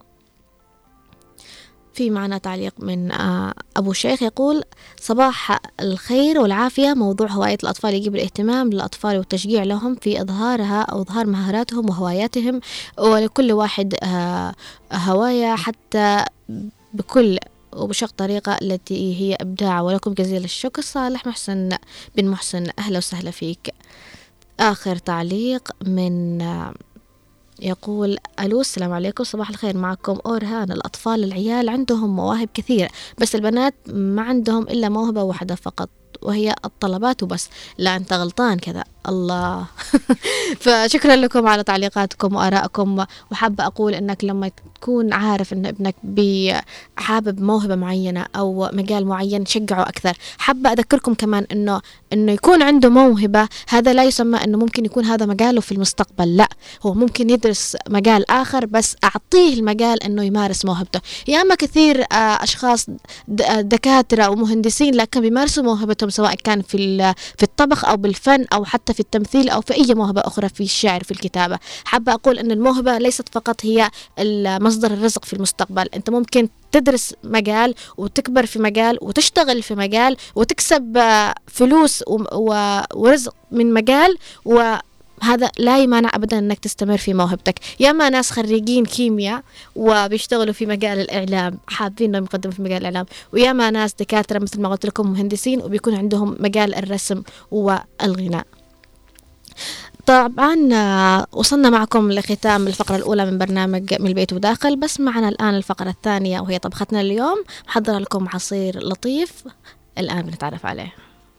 A: في معنا تعليق من أبو شيخ يقول صباح الخير والعافية. موضوع هواية الأطفال يجب الاهتمام للأطفال والتشجيع لهم في إظهارها أو إظهار مهاراتهم وهواياتهم، ولكل واحد هواية حتى بكل وبشق طريقة التي هي إبداع. ولكم جزيل الشكر. صالح محسن بن محسن، أهلا وسهلا فيك. آخر تعليق من يقول ألو السلام عليكم صباح الخير، معكم أورهان. الأطفال العيال عندهم مواهب كثير، بس البنات ما عندهم إلا موهبة واحدة فقط، وهي الطلبات وبس. لا أنت غلطان كذا. الله. فشكرا لكم على تعليقاتكم وآرائكم. وحابة أقول أنك لما تكون عارف أن ابنك حابب موهبة معينة أو مجال معين شجعه أكثر. حابة أذكركم كمان أنه أنه يكون عنده موهبة، هذا لا يسمى أنه ممكن يكون هذا مجاله في المستقبل، لا، هو ممكن يدرس مجال آخر، بس أعطيه المجال أنه يمارس موهبته. يا أما كثير أشخاص دكاترة ومهندسين لكن بيمارسوا موهبتهم سواء كان في في الطبخ أو بالفن أو حتى في التمثيل أو في أي موهبة أخرى، في الشعر، في الكتابة. حابة أقول أن الموهبة ليست فقط هي مصدر الرزق في المستقبل. أنت ممكن تدرس مجال وتكبر في مجال وتشتغل في مجال وتكسب فلوس ورزق من مجال، و هذا لا يمانع أبدا أنك تستمر في موهبتك. ياما ناس خريجين كيمياء وبيشتغلوا في مجال الإعلام، حابين أنهم يقدموا في مجال الإعلام، وياما ناس دكاترة مثل ما قلت لكم مهندسين وبيكون عندهم مجال الرسم والغناء. طبعا وصلنا معكم لختام الفقرة الأولى من برنامج من البيت وداخل، بس معنا الآن الفقرة الثانية وهي طبختنا اليوم. محضرة لكم عصير لطيف الآن بنتعرف عليه.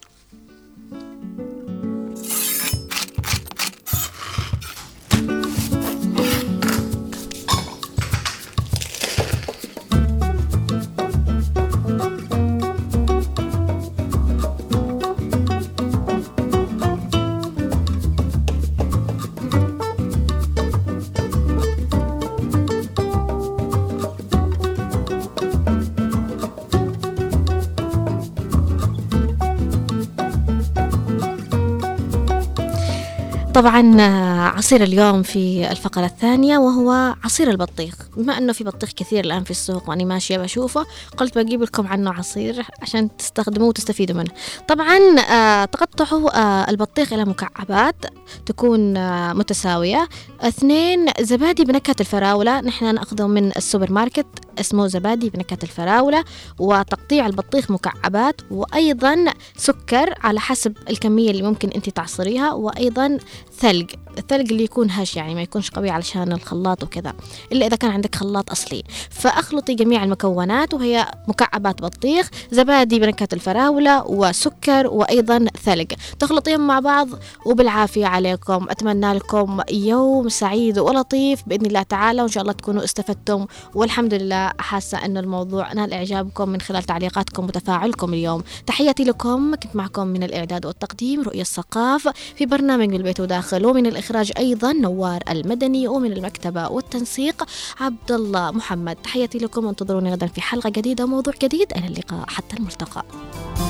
A: طبعا عصير اليوم في الفقرة الثانية وهو عصير البطيخ. بما أنه في بطيخ كثير الآن في السوق وأني ماشية بشوفه، قلت بجيب لكم عنه عصير عشان تستخدموه وتستفيدوا منه. طبعا تقطعوا البطيخ إلى مكعبات تكون متساوية. اثنين، زبادي بنكهة الفراولة، نحن نأخذه من السوبر ماركت، اسمه زبادي بنكهة الفراولة، وتقطيع البطيخ مكعبات، وأيضا سكر على حسب الكمية اللي ممكن أنت تعصريها، وأيضا ثلج. الثلج اللي يكون هش يعني ما يكونش قوي علشان الخلاط وكذا، إلا إذا كان عندك خلاط أصلي. فأخلطي جميع المكونات وهي مكعبات بطيخ، زبادي بنكهة الفراولة، وسكر، وأيضا ثلج. تخلطيهم مع بعض وبالعافية عليكم. أتمنى لكم يوم سعيد ولطيف بإذن الله تعالى، وإن شاء الله تكونوا استفدتم. والحمد لله حاسة أن الموضوع نال إعجابكم من خلال تعليقاتكم وتفاعلكم اليوم. تحياتي لكم، كنت معكم من الإعداد والتقديم رؤية الثقاف في برنامج من البيت وداخل، ومن الإخراج أيضا نوار المدني، ومن المكتبة والتنسيق عبد الله محمد. تحياتي لكم وانتظروني غدا في حلقة جديدة وموضوع جديد. إلى اللقاء، حتى الملتقى.